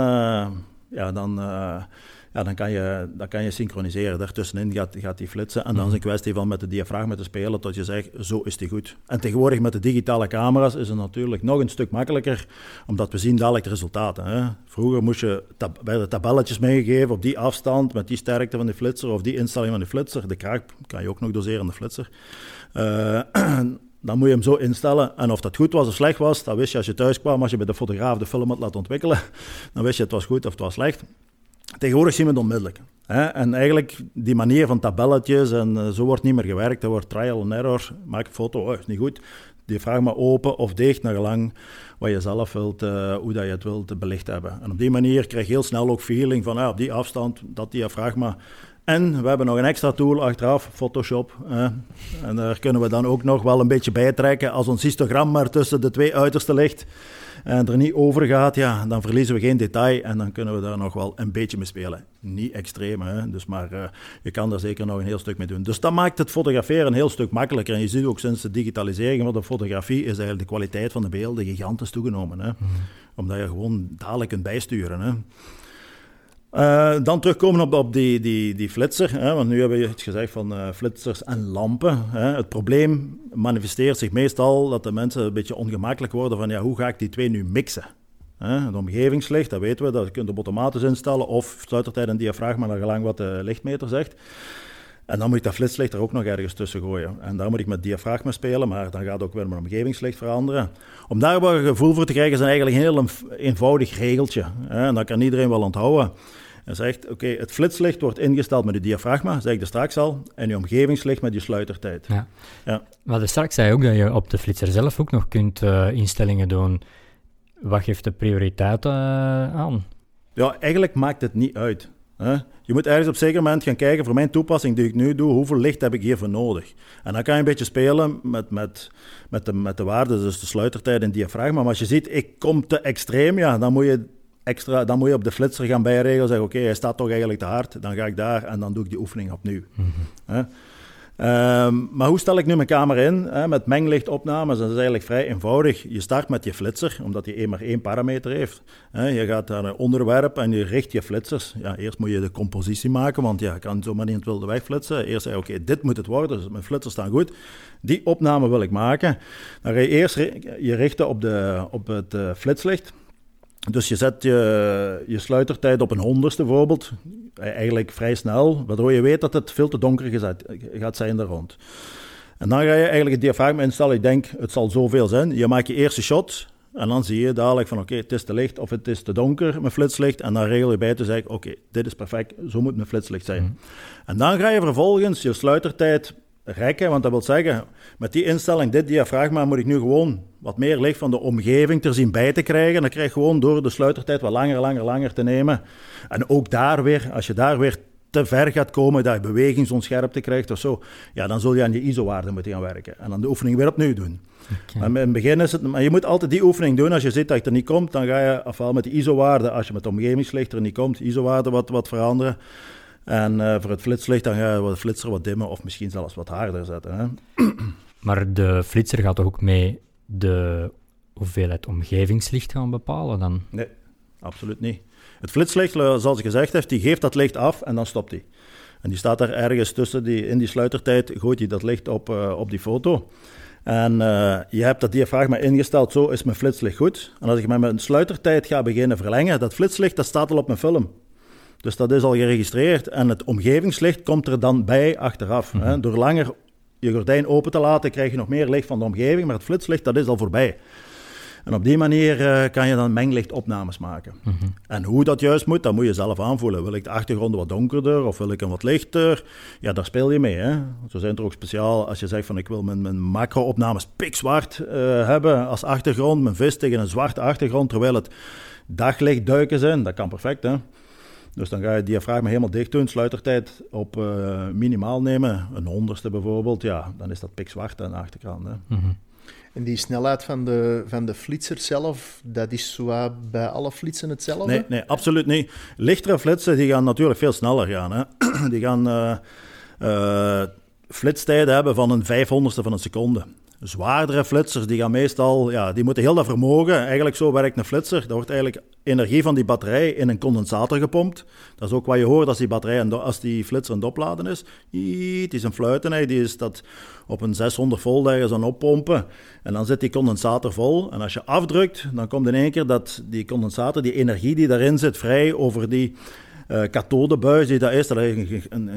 kan je synchroniseren. Daartussenin gaat die flitsen. En dan is het een kwestie van met de diafragma te spelen tot je zegt, zo is die goed. En tegenwoordig met de digitale camera's is het natuurlijk nog een stuk makkelijker, omdat we zien dadelijk de resultaten. Hè. Vroeger moest je werden tabelletjes meegegeven op die afstand, met die sterkte van de flitser of die instelling van de flitser. De kraak kan je ook nog doseren aan de flitser. Dan moet je hem zo instellen. En of dat goed was of slecht was, dat wist je als je thuis kwam. Als je bij de fotograaf de film had laten ontwikkelen, dan wist je het was goed of het was slecht. Tegenwoordig zien we het onmiddellijk. En eigenlijk die manier van tabelletjes en zo wordt niet meer gewerkt. Er wordt trial and error. Maak een foto, is niet goed. Diafragma open of dicht, naar gelang wat je zelf wilt, hoe dat je het wilt belicht hebben. En op die manier krijg je heel snel ook feeling van op die afstand, dat diafragma. En we hebben nog een extra tool achteraf, Photoshop. En daar kunnen we dan ook nog wel een beetje bijtrekken. Als ons histogram maar tussen de twee uitersten ligt en er niet over gaat, ja, dan verliezen we geen detail en dan kunnen we daar nog wel een beetje mee spelen. Niet extreem, hè? Dus maar je kan daar zeker nog een heel stuk mee doen. Dus dat maakt het fotograferen een heel stuk makkelijker. En je ziet ook sinds de digitalisering van de fotografie is eigenlijk de kwaliteit van de beelden gigantisch toegenomen. Hè? Omdat je gewoon dadelijk kunt bijsturen. Hè? Dan terugkomen op die flitser, hè, want nu hebben we het gezegd van flitsers en lampen. Hè. Het probleem manifesteert zich meestal dat de mensen een beetje ongemakkelijk worden van hoe ga ik die twee nu mixen? Het omgevingslicht, dat weten we, dat kun je op automatisch instellen of sluitertijd en diafragma naar gelang wat de lichtmeter zegt. En dan moet ik dat flitslicht er ook nog ergens tussen gooien. En daar moet ik met diafragma spelen, maar dan gaat ook weer mijn omgevingslicht veranderen. Om daar wel een gevoel voor te krijgen is eigenlijk een heel eenvoudig regeltje. En dat kan iedereen wel onthouden. En zegt, oké, het flitslicht wordt ingesteld met de diafragma, zei ik er straks al, en je omgevingslicht met je sluitertijd. Ja. Maar straks zei je ook dat je op de flitser zelf ook nog kunt instellingen doen. Wat geeft de prioriteit aan? Ja, eigenlijk maakt het niet uit. Hè? Je moet ergens op een zeker moment gaan kijken, voor mijn toepassing die ik nu doe, hoeveel licht heb ik hiervoor nodig? En dan kan je een beetje spelen met de waarden, dus de sluitertijd en diafragma. Maar als je ziet, ik kom te extreem, ja, dan moet je op de flitser gaan bijregelen, zeggen oké, hij staat toch eigenlijk te hard, dan ga ik daar en dan doe ik die oefening opnieuw. Maar hoe stel ik nu mijn camera in? Met menglichtopnames, dat is eigenlijk vrij eenvoudig. Je start met je flitser, omdat hij maar één parameter heeft. Je gaat naar een onderwerp en je richt je flitsers. Ja, eerst moet je de compositie maken, want je kan zomaar niet in het wilde wegflitsen. Eerst zeg je, oké, dit moet het worden, dus mijn flitsers staan goed. Die opname wil ik maken. Dan ga je eerst je richten op het flitslicht. Dus je zet je sluitertijd op een 100ste bijvoorbeeld, eigenlijk vrij snel, waardoor je weet dat het veel te donker gaat zijn daar rond. En dan ga je eigenlijk het diafragma instellen. Ik denk, het zal zoveel zijn. Je maakt je eerste shot en dan zie je dadelijk van oké, het is te licht of het is te donker, mijn flitslicht. En dan regel je bij te zeggen, oké, dit is perfect, zo moet mijn flitslicht zijn. En dan ga je vervolgens je sluitertijd rekken, want dat wil zeggen, met die instelling, dit diafragma, moet ik nu gewoon wat meer licht van de omgeving ter zien bij te krijgen. Dan krijg je gewoon door de sluitertijd wat langer te nemen. En ook daar weer, als je daar weer te ver gaat komen, dat je bewegingsonscherpte krijgt of zo, ja, dan zul je aan je ISO-waarde moeten gaan werken. En dan de oefening weer opnieuw doen. Okay. En in het begin is het, maar je moet altijd die oefening doen. Als je ziet dat het er niet komt, dan ga je afval met de ISO-waarde, als je met de omgevingslicht er niet komt, ISO-waarde wat veranderen. En voor het flitslicht dan ga je de flitser wat dimmen of misschien zelfs wat harder zetten. Hè? Maar de flitser gaat toch ook mee de hoeveelheid omgevingslicht gaan bepalen dan? Nee, absoluut niet. Het flitslicht, zoals ik gezegd heb, die geeft dat licht af en dan stopt hij. En die staat daar ergens tussen, in die sluitertijd gooit hij dat licht op die foto. En je hebt dat diafragma ingesteld, zo is mijn flitslicht goed. En als ik met mijn sluitertijd ga beginnen verlengen, dat flitslicht dat staat al op mijn film. Dus dat is al geregistreerd en het omgevingslicht komt er dan bij achteraf. Hè. Door langer je gordijn open te laten, krijg je nog meer licht van de omgeving, maar het flitslicht, dat is al voorbij. En op die manier kan je dan menglichtopnames maken. Mm-hmm. En hoe dat juist moet, dat moet je zelf aanvoelen. Wil ik de achtergrond wat donkerder of wil ik hem wat lichter? Ja, daar speel je mee. Hè? Zo zijn er ook speciaal, als je zegt van ik wil mijn macro-opnames pikzwart hebben als achtergrond, mijn vis tegen een zwarte achtergrond, terwijl het daglicht duiken zijn, dat kan perfect, hè. Dus dan ga je het diafragma helemaal dicht doen, sluitertijd op minimaal nemen, een 100ste bijvoorbeeld, ja, dan is dat pikzwart aan de achterkant, hè. Mm-hmm. En die snelheid van de flitser zelf, dat is zo bij alle flitsen hetzelfde? Nee, absoluut niet. Lichtere flitsen die gaan natuurlijk veel sneller gaan, hè. Die gaan flitstijden hebben van een 500ste van een seconde. Zwaardere flitsers, die gaan meestal, ja, die moeten heel dat vermogen. Eigenlijk zo werkt een flitser. Er wordt eigenlijk energie van die batterij in een condensator gepompt. Dat is ook wat je hoort als die batterij, als die flitser aan het opladen is. Die is een fluiten, die is dat op een 600 volt ergens aan oppompen. En dan zit die condensator vol. En als je afdrukt, dan komt in één keer dat die condensator, die energie die daarin zit, vrij over die kathodebuis die dat is. Dat is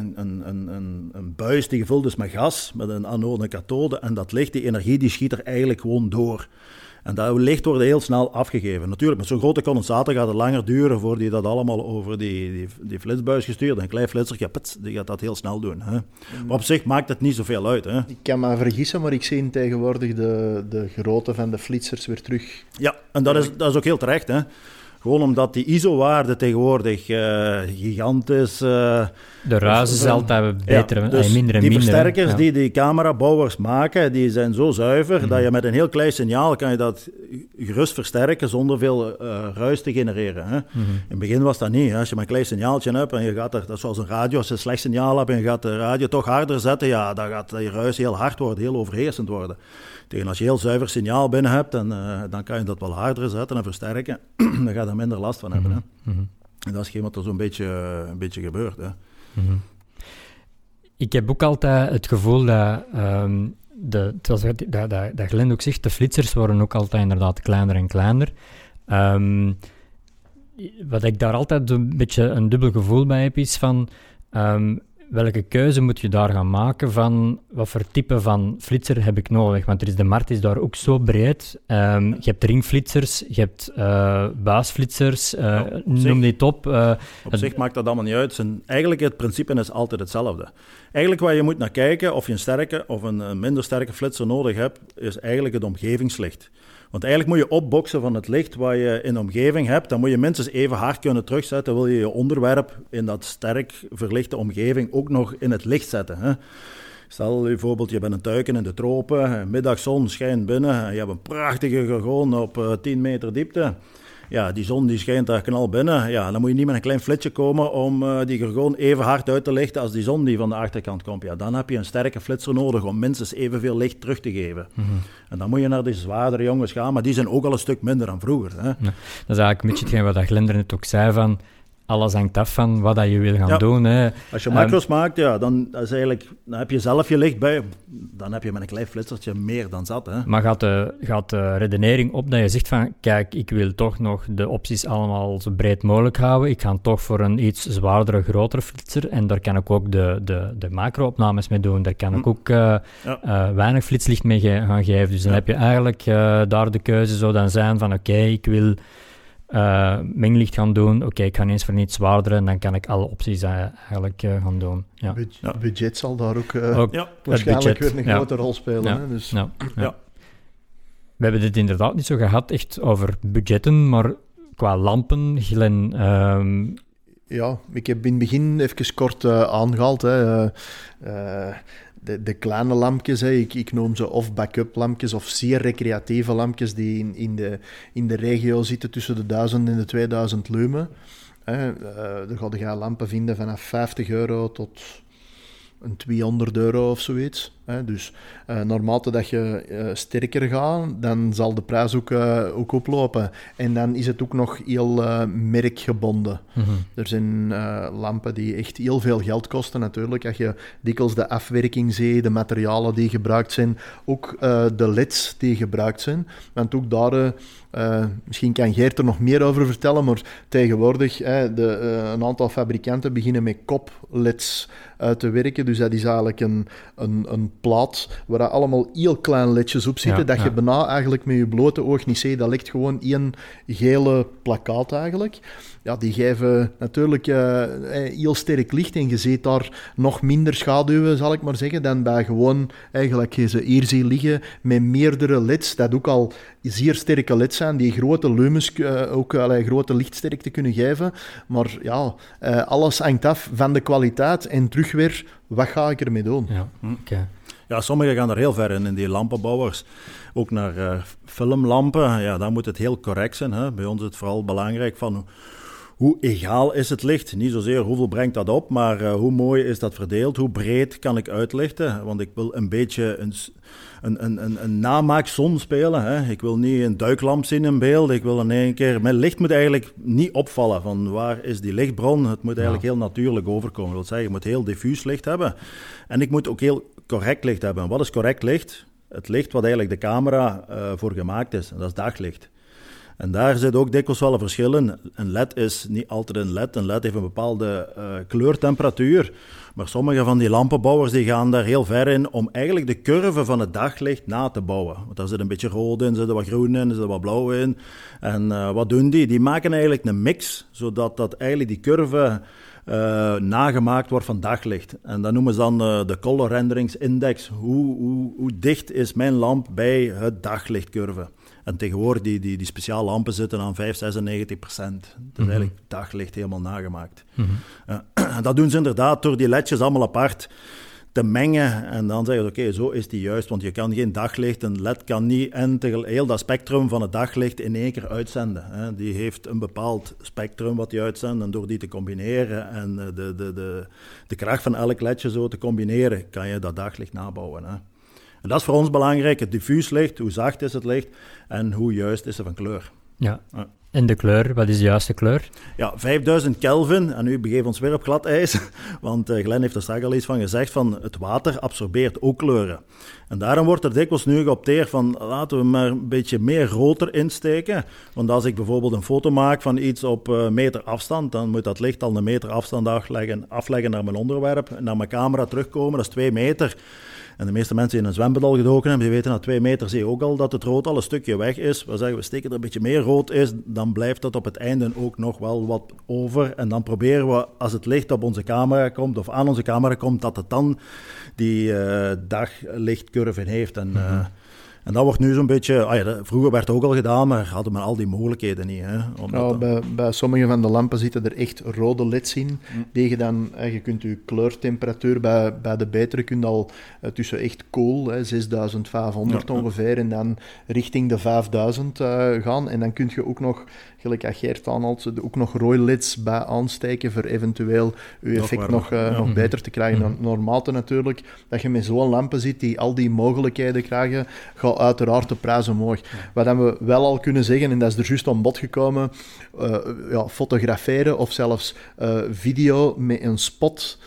een buis die gevuld is met gas, met een anode en een kathode. En dat licht, die energie, die schiet er eigenlijk gewoon door. En dat licht wordt heel snel afgegeven. Natuurlijk, met zo'n grote condensator gaat het langer duren voordat die dat allemaal over die flitsbuis gestuurd. Een klein flitser, die gaat dat heel snel doen. Hè. Maar op zich maakt het niet zoveel uit. Hè. Ik kan me vergissen, maar ik zie tegenwoordig de grootte van de flitsers weer terug. Ja, en dat is ook heel terecht, hè. Gewoon omdat die ISO-waarde tegenwoordig gigantisch... de ruis is altijd beter, ja, dus minder en die minder. Versterkers die die camerabouwers maken, die zijn zo zuiver dat je met een heel klein signaal kan je dat gerust versterken zonder veel ruis te genereren. Hè. In het begin was dat niet. Hè. Als je maar een klein signaaltje hebt en je gaat dat is zoals een radio, als je een slecht signaal hebt en je gaat de radio toch harder zetten, ja, dan gaat die ruis heel hard worden, heel overheersend worden. Tegen als je heel zuiver signaal binnen hebt, dan kan je dat wel harder zetten en versterken. Dan ga je er minder last van hebben. Hè. Mm-hmm. En dat is geen wat er zo'n beetje gebeurt. Hè. Mm-hmm. Ik heb ook altijd het gevoel dat, dat Glenn ook zegt, de flitsers worden ook altijd inderdaad kleiner en kleiner. Wat ik daar altijd een beetje een dubbel gevoel bij heb, is van... welke keuze moet je daar gaan maken van wat voor type van flitser heb ik nodig? Want de markt is daar ook zo breed. Je hebt ringflitsers, je hebt buisflitsers, noem dit op. Op zich maakt dat allemaal niet uit. Eigenlijk het principe is altijd hetzelfde. Eigenlijk waar je moet naar kijken of je een sterke of een minder sterke flitser nodig hebt, is eigenlijk het omgevingslicht. Want eigenlijk moet je opboksen van het licht wat je in de omgeving hebt. Dan moet je minstens even hard kunnen terugzetten. Wil je je onderwerp in dat sterk verlichte omgeving ook nog in het licht zetten. Hè? Stel bijvoorbeeld, je bent een duiken in de tropen. Middagzon schijnt binnen. En je hebt een prachtige gorgon op 10 meter diepte. Ja, die zon die schijnt daar knal binnen. Ja, dan moet je niet met een klein flitsje komen om die gorgon even hard uit te lichten als die zon die van de achterkant komt. Ja, dan heb je een sterke flitser nodig om minstens evenveel licht terug te geven. Mm-hmm. En dan moet je naar die zwaardere jongens gaan, maar die zijn ook al een stuk minder dan vroeger. Hè. Ja, dat is eigenlijk een beetje hetgeen wat Glenn net ook zei van... Alles hangt af van wat je wil gaan doen. Hè. Als je macro's maakt, ja, dan heb je zelf je licht bij. Dan heb je met een klein flitsertje meer dan zat. Hè. Maar gaat de redenering op dat je zegt van... Kijk, ik wil toch nog de opties allemaal zo breed mogelijk houden. Ik ga toch voor een iets zwaardere, grotere flitser. En daar kan ik ook de macro-opnames mee doen. Daar kan ik ook weinig flitslicht mee gaan geven. Dus dan heb je eigenlijk daar de keuze zo dan zijn van... Oké, ik wil... menglicht gaan doen. Oké, ik ga eens voor iets zwaarder en dan kan ik alle opties eigenlijk gaan doen. Ja. Budget zal daar ook waarschijnlijk weer een grote rol spelen. Ja. Hè? Dus. Ja. We hebben dit inderdaad niet zo gehad, echt over budgetten, maar qua lampen, Glenn... Ja, ik heb in het begin even kort aangehaald. Hè. De kleine lampjes, hè. Ik noem ze of backup lampjes of zeer recreatieve lampjes die in de regio zitten tussen de 1000 en de 2000 lumen. Dan ga je lampen vinden vanaf €50 tot een €200 of zoiets. Dus naarmate dat je sterker gaat, dan zal de prijs ook oplopen. En dan is het ook nog heel merkgebonden. Mm-hmm. Er zijn lampen die echt heel veel geld kosten natuurlijk. Als je dikwijls de afwerking ziet, de materialen die gebruikt zijn, ook de leds die gebruikt zijn. Want ook daar Misschien kan Geert er nog meer over vertellen, maar tegenwoordig een aantal fabrikanten beginnen met kopleds uit te werken. Dus dat is eigenlijk een plaat waar allemaal heel kleine ledjes op zitten, dat je bijna eigenlijk met je blote oog niet ziet. Dat ligt gewoon één gele plakkaat eigenlijk. Ja, die geven natuurlijk heel sterk licht en je ziet daar nog minder schaduwen, zal ik maar zeggen, dan bij gewoon, eigenlijk je ze hier ziet liggen, met meerdere leds, dat ook al zeer sterke leds zijn, die grote lumens, ook grote lichtsterkte kunnen geven. Maar ja, alles hangt af van de kwaliteit en terug weer, wat ga ik ermee doen? Ja, okay. Ja, sommigen gaan er heel ver in die lampenbouwers. Ook naar filmlampen, ja, daar moet het heel correct zijn. Hè? Bij ons is het vooral belangrijk van hoe egaal is het licht. Niet zozeer hoeveel brengt dat op, maar hoe mooi is dat verdeeld, hoe breed kan ik uitlichten. Want ik wil een beetje een namaakszon spelen. Hè? Ik wil niet een duiklamp zien in beeld. Ik wil in één keer... Mijn licht moet eigenlijk niet opvallen van waar is die lichtbron. Het moet eigenlijk heel natuurlijk overkomen. Dat wil zeggen, je moet heel diffuus licht hebben. En ik moet ook heel correct licht hebben. Wat is correct licht? Het licht wat eigenlijk de camera voor gemaakt is. En dat is daglicht. En daar zit ook dikwijls wel een verschil in. Een LED is niet altijd een LED. Een LED heeft een bepaalde kleurtemperatuur. Maar sommige van die lampenbouwers die gaan daar heel ver in om eigenlijk de curve van het daglicht na te bouwen. Want daar zit een beetje rood in, zit er wat groen in, zit er wat blauw in. En wat doen die? Die maken eigenlijk een mix, zodat eigenlijk die curve nagemaakt wordt van daglicht. En dat noemen ze dan de Color Renderings Index. Hoe dicht is mijn lamp bij het daglichtcurve? En tegenwoordig die speciale lampen zitten aan 95%. Dat is eigenlijk daglicht helemaal nagemaakt. En dat doen ze inderdaad door die ledjes allemaal apart te mengen. En dan zeggen ze, oké, zo is die juist. Want je kan geen daglicht, een led kan niet heel dat spectrum van het daglicht in één keer uitzenden. Hè. Die heeft een bepaald spectrum wat die uitzendt. En door die te combineren en de kracht van elk ledje zo te combineren, kan je dat daglicht nabouwen. Hè. En dat is voor ons belangrijk, het diffuus licht, hoe zacht is het licht en hoe juist is het van kleur. Ja. En de kleur, wat is de juiste kleur? Ja, 5000 Kelvin, en nu begeven we ons weer op glad ijs, want Glenn heeft er straks al iets van gezegd, van het water absorbeert ook kleuren. En daarom wordt er dikwijls nu geopteerd van, laten we maar een beetje meer rood erin steken, want als ik bijvoorbeeld een foto maak van iets op meter afstand, dan moet dat licht al een meter afstand afleggen naar mijn onderwerp, en naar mijn camera terugkomen, dat is 2 meter. En de meeste mensen die in een zwembad al gedoken hebben, die weten na 2 meter zie je ook al dat het rood al een stukje weg is. We zeggen, we steken er een beetje meer rood is, dan blijft dat op het einde ook nog wel wat over. En dan proberen we, als het licht op onze camera komt, of aan onze camera komt, dat het dan die daglichtcurve heeft. En dat wordt nu zo'n beetje... vroeger werd het ook al gedaan, maar hadden we al die mogelijkheden niet. Hè, bij sommige van de lampen zitten er echt rode leds in. Die je kunt je kleurtemperatuur bij de betere kunt al tussen echt kool, 6500 ongeveer, en dan richting de 5000 gaan. En dan kun je ook nog, gelijk als Geert aanhaalt, ook nog rode leds bij aansteken voor eventueel je effect nog beter te krijgen. Naarmate natuurlijk dat je met zo'n lampen zit die al die mogelijkheden krijgen, gaat uiteraard de prijs omhoog. Wat we wel al kunnen zeggen, en dat is er juist aan bod gekomen, fotograferen of zelfs video met een spot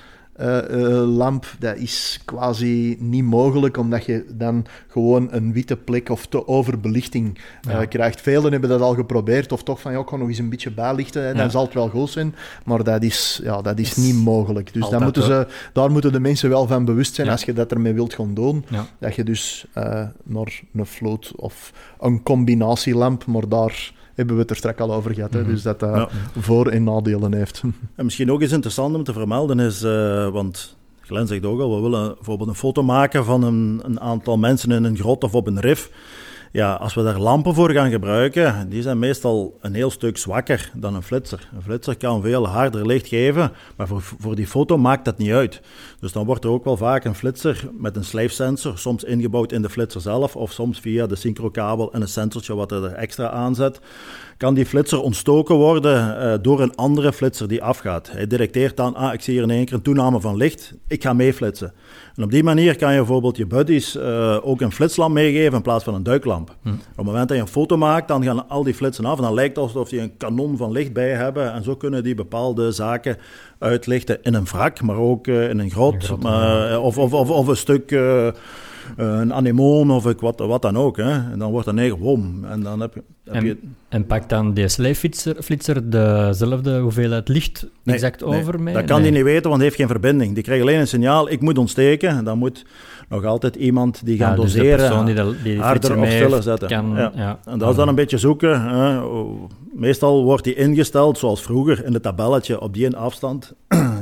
lamp, dat is quasi niet mogelijk, omdat je dan gewoon een witte plek of te overbelichting krijgt. Velen hebben dat al geprobeerd, of toch van, ik ga nog eens een beetje bijlichten, dan zal het wel goed zijn, maar dat is niet mogelijk. Dus daar moeten de mensen wel van bewust zijn, als je dat ermee wilt gaan doen, dat je dus naar een float of een combinatielamp, maar daar hebben we het er straks al over gehad, dus dat voor- en nadelen heeft. En misschien ook eens interessant om te vermelden is, want Glenn zegt ook al, we willen bijvoorbeeld een foto maken van een aantal mensen in een grot of op een rif. Ja, als we daar lampen voor gaan gebruiken, die zijn meestal een heel stuk zwakker dan een flitser. Een flitser kan veel harder licht geven, maar voor die foto maakt dat niet uit. Dus dan wordt er ook wel vaak een flitser met een slijfsensor, soms ingebouwd in de flitser zelf, of soms via de synchrokabel en een sensortje wat er extra aanzet, kan die flitser ontstoken worden door een andere flitser die afgaat. Hij detecteert dan, ik zie hier in één keer een toename van licht, ik ga meeflitsen. En op die manier kan je bijvoorbeeld je buddies ook een flitslamp meegeven in plaats van een duiklamp. Op het moment dat je een foto maakt, dan gaan al die flitsen af en dan lijkt het alsof die een kanon van licht bij hebben. En zo kunnen die bepaalde zaken uitlichten in een wrak, maar ook in een grot. Of een stuk een anemoon of wat dan ook. Hè. En dan wordt dat 9 wom. En dan heb je... En pakt dan die sleefflitser dezelfde hoeveelheid licht exact over mee? Dat kan die niet weten, want hij heeft geen verbinding. Die krijgt alleen een signaal, ik moet ontsteken. En dan moet nog altijd iemand die gaat doseren, dus de persoon die harder of stiller zetten. En dat is dan een beetje zoeken. Hè. Meestal wordt die ingesteld, zoals vroeger, in het tabelletje. Op die afstand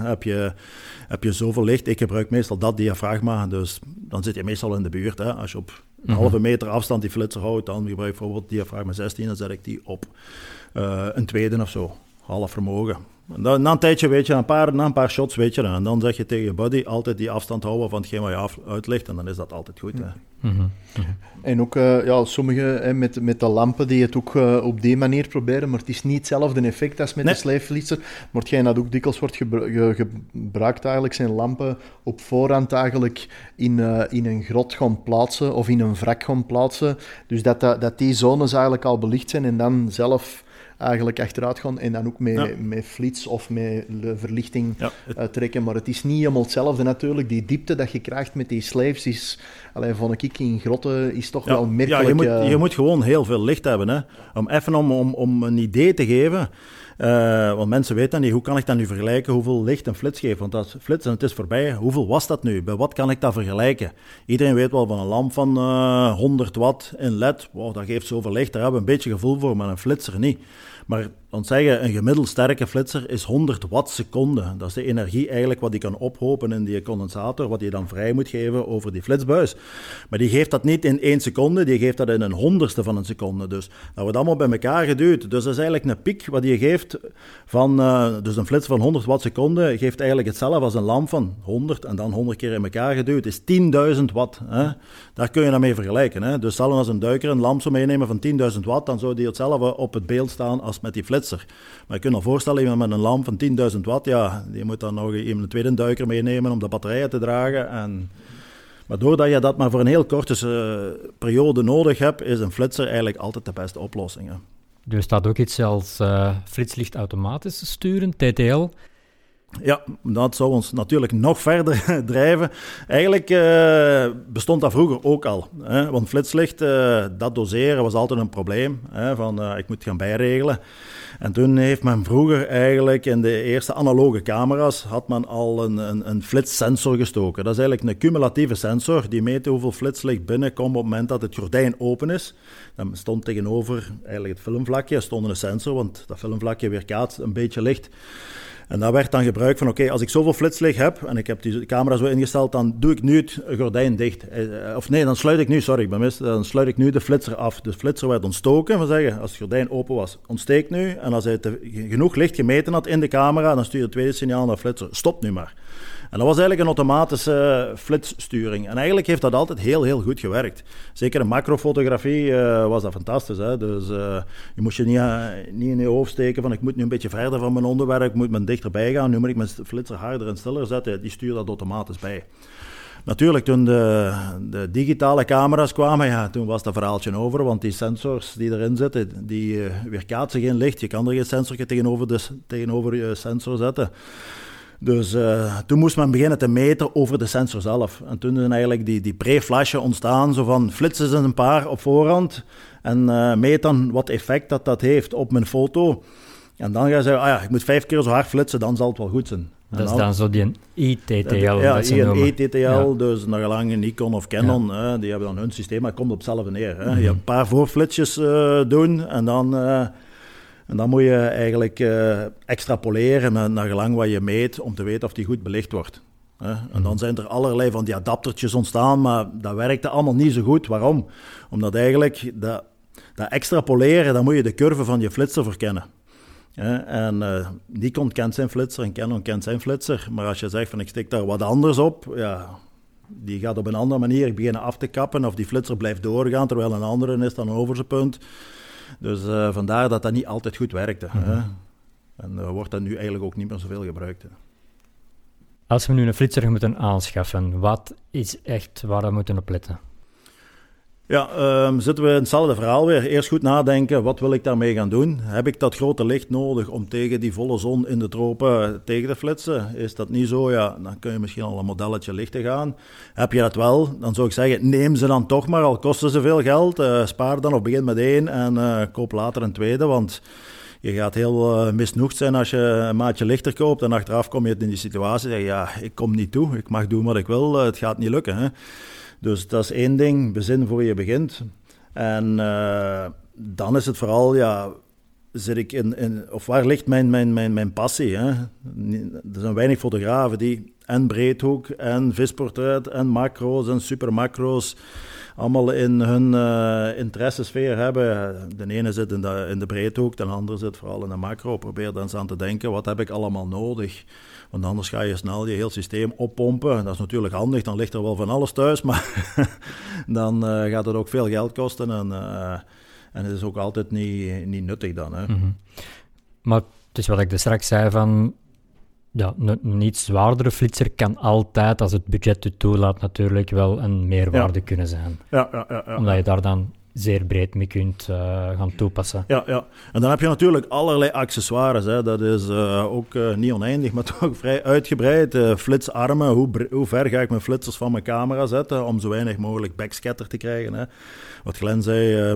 heb je zoveel licht. Ik gebruik meestal dat diafragma, dus dan zit je meestal in de buurt. Hè. Als je op een halve meter afstand die flitser houdt, dan gebruik ik bijvoorbeeld diafragma 16, dan zet ik die op een tweede of zo, half vermogen. En dan, na een tijdje weet je, na een paar shots weet je dat. En dan zeg je tegen je buddy altijd die afstand houden van hetgeen wat je uitlegt en dan is dat altijd goed. Hè. En ook sommigen met de lampen die het ook op die manier proberen, maar het is niet hetzelfde effect als met de sleefflitser. Maar hetgeen dat ook dikwijls wordt gebruikt eigenlijk, zijn lampen op voorhand eigenlijk in een grot gaan plaatsen of in een wrak gaan plaatsen. Dus dat die zones eigenlijk al belicht zijn en dan zelf eigenlijk achteruit gaan en dan ook met flits of met verlichting trekken. Maar het is niet helemaal hetzelfde natuurlijk. Die diepte dat je krijgt met die slaves is, vond ik in grotten, is toch wel merkelijk. Ja, je moet gewoon heel veel licht hebben. Hè? Om een idee te geven. Want mensen weten niet, hoe kan ik dat nu vergelijken, hoeveel licht een flits geeft? Want dat flits en het is voorbij, hoeveel was dat nu? Bij wat kan ik dat vergelijken? Iedereen weet wel van een lamp van 100 watt in LED, wow, dat geeft zoveel licht, daar hebben we een beetje gevoel voor, maar een flitser niet. Maar dan zeggen, een gemiddeld sterke flitser is 100 watt seconde. Dat is de energie eigenlijk wat die kan ophopen in die condensator, wat je dan vrij moet geven over die flitsbuis. Maar die geeft dat niet in 1 seconde, die geeft dat in een honderdste van een seconde. Dus dat wordt allemaal bij elkaar geduwd. Dus dat is eigenlijk een piek wat je geeft van, dus een flits van 100 watt seconde geeft eigenlijk hetzelfde als een lamp van 100 en dan 100 keer in elkaar geduwd. Het is 10.000 watt. Hè? Daar kun je dan mee vergelijken. Hè? Dus stel als een duiker een lamp zou meenemen van 10.000 watt, dan zou die hetzelfde op het beeld staan als met die flitser. Maar je kunt je voorstellen, iemand met een lamp van 10.000 watt, ja, die moet dan nog een tweede duiker meenemen om de batterijen te dragen. Maar doordat je dat maar voor een heel korte periode nodig hebt, is een flitser eigenlijk altijd de beste oplossing. Hè. Er bestaat ook iets als flitslicht automatisch sturen, TTL. Ja, dat zou ons natuurlijk nog verder drijven. Eigenlijk bestond dat vroeger ook al. Hè? Want flitslicht, dat doseren was altijd een probleem. Hè? Ik moet gaan bijregelen. En toen heeft men vroeger eigenlijk in de eerste analoge camera's had men al een flitssensor gestoken. Dat is eigenlijk een cumulatieve sensor die meet hoeveel flitslicht binnenkomt op het moment dat het gordijn open is. Dan stond tegenover eigenlijk het filmvlakje stond een sensor, want dat filmvlakje weerkaatst een beetje licht. En dat werd dan gebruikt van, oké, als ik zoveel flitslicht heb en ik heb die camera zo ingesteld, dan doe ik nu het gordijn dicht. Dan sluit ik nu, dan sluit ik nu de flitser af. De flitser werd ontstoken, we zeggen, als het gordijn open was, ontsteek nu. En als hij genoeg licht gemeten had in de camera, dan stuurde het tweede signaal naar de flitser, stop nu maar. En dat was eigenlijk een automatische flitssturing. En eigenlijk heeft dat altijd heel, heel goed gewerkt. Zeker in macrofotografie was dat fantastisch. Hè? Dus je moest je niet in je hoofd steken van ik moet nu een beetje verder van mijn onderwerp, ik moet me dichterbij gaan, nu moet ik mijn flitser harder en stiller zetten. Die stuurde dat automatisch bij. Natuurlijk, toen de digitale camera's kwamen, toen was dat verhaaltje over, want die sensors die erin zitten, die weerkaatsen geen licht. Je kan er geen sensorje tegenover je sensor zetten. Dus toen moest men beginnen te meten over de sensor zelf. En toen zijn eigenlijk die pre-flashen ontstaan, zo van flitsen ze een paar op voorhand en meet dan wat effect dat heeft op mijn foto. En dan ga je zeggen, ik moet 5 keer zo hard flitsen, dan zal het wel goed zijn. Dat is dan zo die ITTL. Ja, ITTL, dus naar gelang Nikon of Canon, die hebben dan hun systeem, maar het komt op hetzelfde neer. Hè. Je hebt een paar voorflitsjes doen en dan moet je eigenlijk extrapoleren naar gelang wat je meet om te weten of die goed belicht wordt. En dan zijn er allerlei van die adaptertjes ontstaan, maar dat werkte allemaal niet zo goed. Waarom? Omdat eigenlijk dat extrapoleren, dan moet je de curve van je flitser verkennen. En Nikon kent zijn flitser en Canon kent zijn flitser, maar als je zegt van ik steek daar wat anders op, die gaat op een andere manier beginnen af te kappen of die flitser blijft doorgaan, terwijl een andere is dan over zijn punt. Dus vandaar dat niet altijd goed werkte. Hè? En wordt dat nu eigenlijk ook niet meer zoveel gebruikt. Hè? Als we nu een flitser moeten aanschaffen, wat is echt waar we moeten op letten? Ja, zitten we in hetzelfde verhaal weer. Eerst goed nadenken, wat wil ik daarmee gaan doen? Heb ik dat grote licht nodig om tegen die volle zon in de tropen tegen te flitsen? Is dat niet zo? Ja, dan kun je misschien al een modelletje lichter gaan. Heb je dat wel? Dan zou ik zeggen, neem ze dan toch maar, al kosten ze veel geld. Spaar dan of begin met 1 en koop later een tweede, want je gaat heel misnoegd zijn als je een maatje lichter koopt en achteraf kom je in die situatie en zeg je, ja, ik kom niet toe, ik mag doen wat ik wil, het gaat niet lukken, hè. Dus dat is 1 ding, bezin voor je begint. En dan is het vooral, ja, zit ik of waar ligt mijn passie? Hè? Er zijn weinig fotografen die en breedhoek en visportret en macro's en supermacro's allemaal in hun interessesfeer hebben. De ene zit in de breedhoek, de andere zit vooral in de macro. Probeer dan eens aan te denken, wat heb ik allemaal nodig? Want anders ga je snel je heel systeem oppompen. Dat is natuurlijk handig, dan ligt er wel van alles thuis, maar dan gaat het ook veel geld kosten en het is ook altijd niet nuttig dan. Hè. Mm-hmm. Maar het is wat ik dus straks zei van, ja, een iets zwaardere flitser kan altijd, als het budget het toelaat, natuurlijk wel een meerwaarde kunnen zijn. Ja. Omdat je daar dan zeer breed mee kunt gaan toepassen. Ja. En dan heb je natuurlijk allerlei accessoires. Hè. Dat is ook niet oneindig, maar toch vrij uitgebreid. Flitsarmen, hoe ver ga ik mijn flitsers van mijn camera zetten om zo weinig mogelijk backscatter te krijgen. Hè. Wat Glenn zei,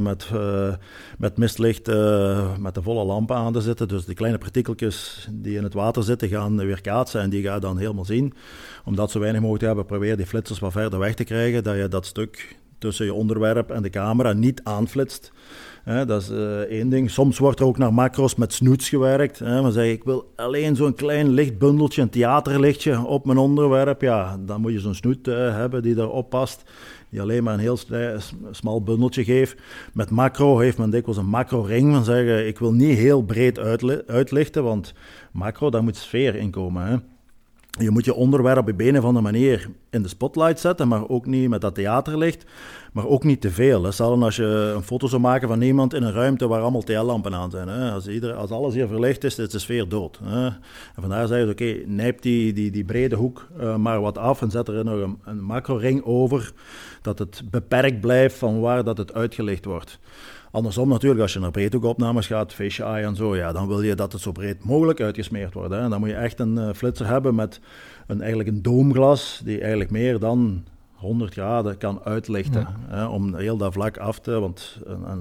met mistlicht met de volle lampen aan te zetten. Dus die kleine partikeltjes die in het water zitten gaan weerkaatsen en die ga je dan helemaal zien. Om dat zo weinig mogelijk te hebben, probeer die flitsers wat verder weg te krijgen, dat je dat stuk tussen je onderwerp en de camera niet aanflitst. Dat is 1 ding. Soms wordt er ook naar macro's met snoets gewerkt. Dan zeg ik wil alleen zo'n klein lichtbundeltje, een theaterlichtje op mijn onderwerp. Ja, dan moet je zo'n snoet hebben die erop past, die alleen maar een heel smal bundeltje geeft. Met macro heeft men dikwijls een macro-ring. Dan zeggen ik wil niet heel breed uitlichten, want macro, daar moet sfeer in komen. Hè. Je moet je onderwerp op een of andere manier in de spotlight zetten, maar ook niet met dat theaterlicht, maar ook niet te veel. Stel als je een foto zou maken van iemand in een ruimte waar allemaal TL-lampen aan zijn. Hè. Als alles hier verlicht is de sfeer dood. Hè. En vandaar zeggen ze, oké, nijp die brede hoek maar wat af en zet er nog een macro-ring over, dat het beperkt blijft van waar dat het uitgelicht wordt. Andersom natuurlijk, als je naar breedhoekopnames gaat, fisheye en zo, ja, dan wil je dat het zo breed mogelijk uitgesmeerd wordt. Hè. Dan moet je echt een flitser hebben met eigenlijk een doomglas die eigenlijk meer dan 100 graden kan uitlichten. Ja. Hè, om heel dat vlak af te... Want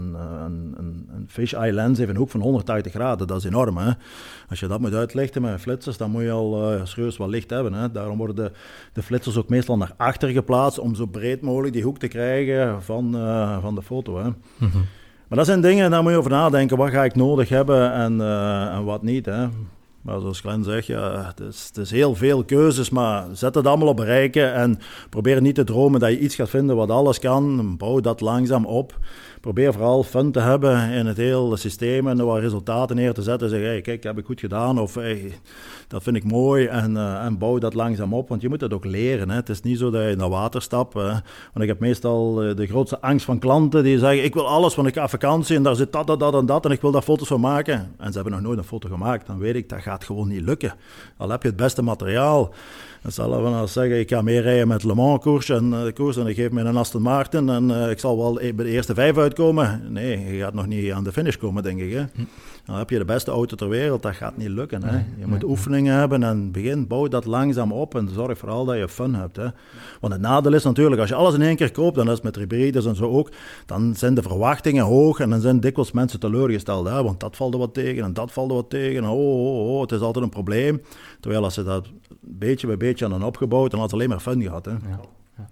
een fisheye lens heeft een hoek van 180 graden, dat is enorm. Hè. Als je dat moet uitlichten met flitsers, dan moet je al serieus wat licht hebben. Hè. Daarom worden de flitsers ook meestal naar achter geplaatst, om zo breed mogelijk die hoek te krijgen van de foto. Hè. Mm-hmm. Maar dat zijn dingen, daar moet je over nadenken. Wat ga ik nodig hebben en wat niet. Hè? Maar zoals Glenn zegt, ja, het is heel veel keuzes, maar zet het allemaal op bereiken en probeer niet te dromen dat je iets gaat vinden wat alles kan. Bouw dat langzaam op. Probeer vooral fun te hebben in het hele systeem en er wat resultaten neer te zetten. Zeg, hey, kijk, heb ik goed gedaan of hey, dat vind ik mooi en bouw dat langzaam op. Want je moet het ook leren. Hè. Het is niet zo dat je naar water stapt. Want ik heb meestal de grootste angst van klanten die zeggen, ik wil alles, want ik ga op vakantie en daar zit dat en dat en ik wil daar foto's van maken. En ze hebben nog nooit een foto gemaakt. Dan weet ik, dat gaat gewoon niet lukken. Al heb je het beste materiaal. Dan zal ik zeggen, ik ga meerijden met Le Mans koers en ik geef me een Aston Martin en ik zal wel bij de eerste 5 uitkomen. Nee, je gaat nog niet aan de finish komen, denk ik. Hè? Dan heb je de beste auto ter wereld, dat gaat niet lukken. Hè? Je moet oefeningen hebben en bouw dat langzaam op en zorg vooral dat je fun hebt. Hè? Want het nadeel is natuurlijk, als je alles in 1 keer koopt, en dat is met hybrides en zo ook, dan zijn de verwachtingen hoog en dan zijn dikwijls mensen teleurgesteld. Hè? Want dat valt er wat tegen en dat valt er wat tegen. Het is altijd een probleem. Terwijl als ze dat beetje bij beetje aan opgebouwd, dan had ze alleen maar fun gehad. Hè? Ja.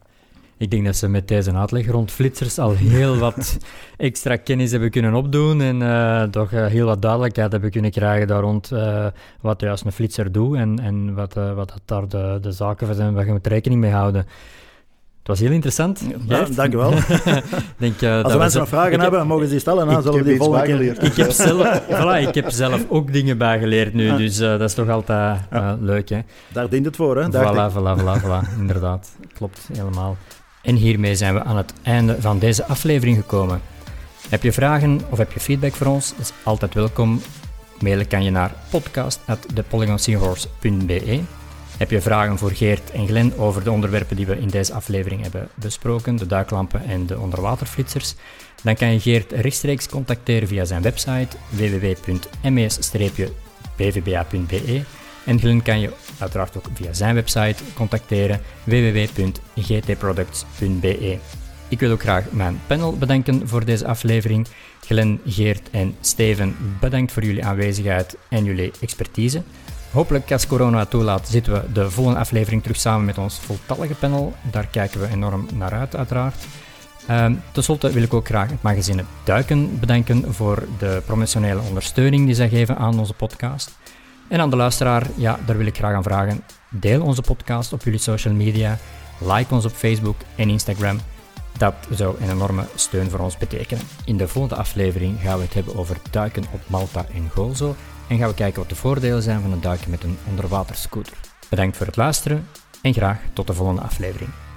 Ik denk dat ze met deze uitleg rond flitsers al heel wat extra kennis hebben kunnen opdoen en toch heel wat duidelijkheid hebben kunnen krijgen daar rond wat juist een flitser doet en wat daar de zaken van zijn waar je moet rekening mee houden. Het was heel interessant. Ja, dank u wel. Als mensen nog vragen hebben, mogen ze die stellen. Dan zullen we die volgende keer... Ik heb zelf ook dingen bijgeleerd nu, dus dat is toch altijd leuk. Hè? Daar dient het voor, hè? Voilà, inderdaad. Klopt, helemaal. En hiermee zijn we aan het einde van deze aflevering gekomen. Heb je vragen of heb je feedback voor ons? Dat is altijd welkom. Mailen kan je naar podcast@thepolygonseahorse.be. Heb je vragen voor Geert en Glenn over de onderwerpen die we in deze aflevering hebben besproken, de duiklampen en de onderwaterflitsers, dan kan je Geert rechtstreeks contacteren via zijn website www.mes-bvba.be en Glenn kan je uiteraard ook via zijn website contacteren www.gtproducts.be. Ik wil ook graag mijn panel bedanken voor deze aflevering. Glenn, Geert en Steven, bedankt voor jullie aanwezigheid en jullie expertise. Hopelijk, als corona toelaat, zitten we de volgende aflevering terug samen met ons voltallige panel. Daar kijken we enorm naar uit, uiteraard. Ten slotte wil ik ook graag het magazine Duiken bedanken voor de promotionele ondersteuning die zij geven aan onze podcast. En aan de luisteraar, ja, daar wil ik graag aan vragen. Deel onze podcast op jullie social media. Like ons op Facebook en Instagram. Dat zou een enorme steun voor ons betekenen. In de volgende aflevering gaan we het hebben over duiken op Malta en Gozo. En gaan we kijken wat de voordelen zijn van het duiken met een onderwaterscooter. Bedankt voor het luisteren en graag tot de volgende aflevering.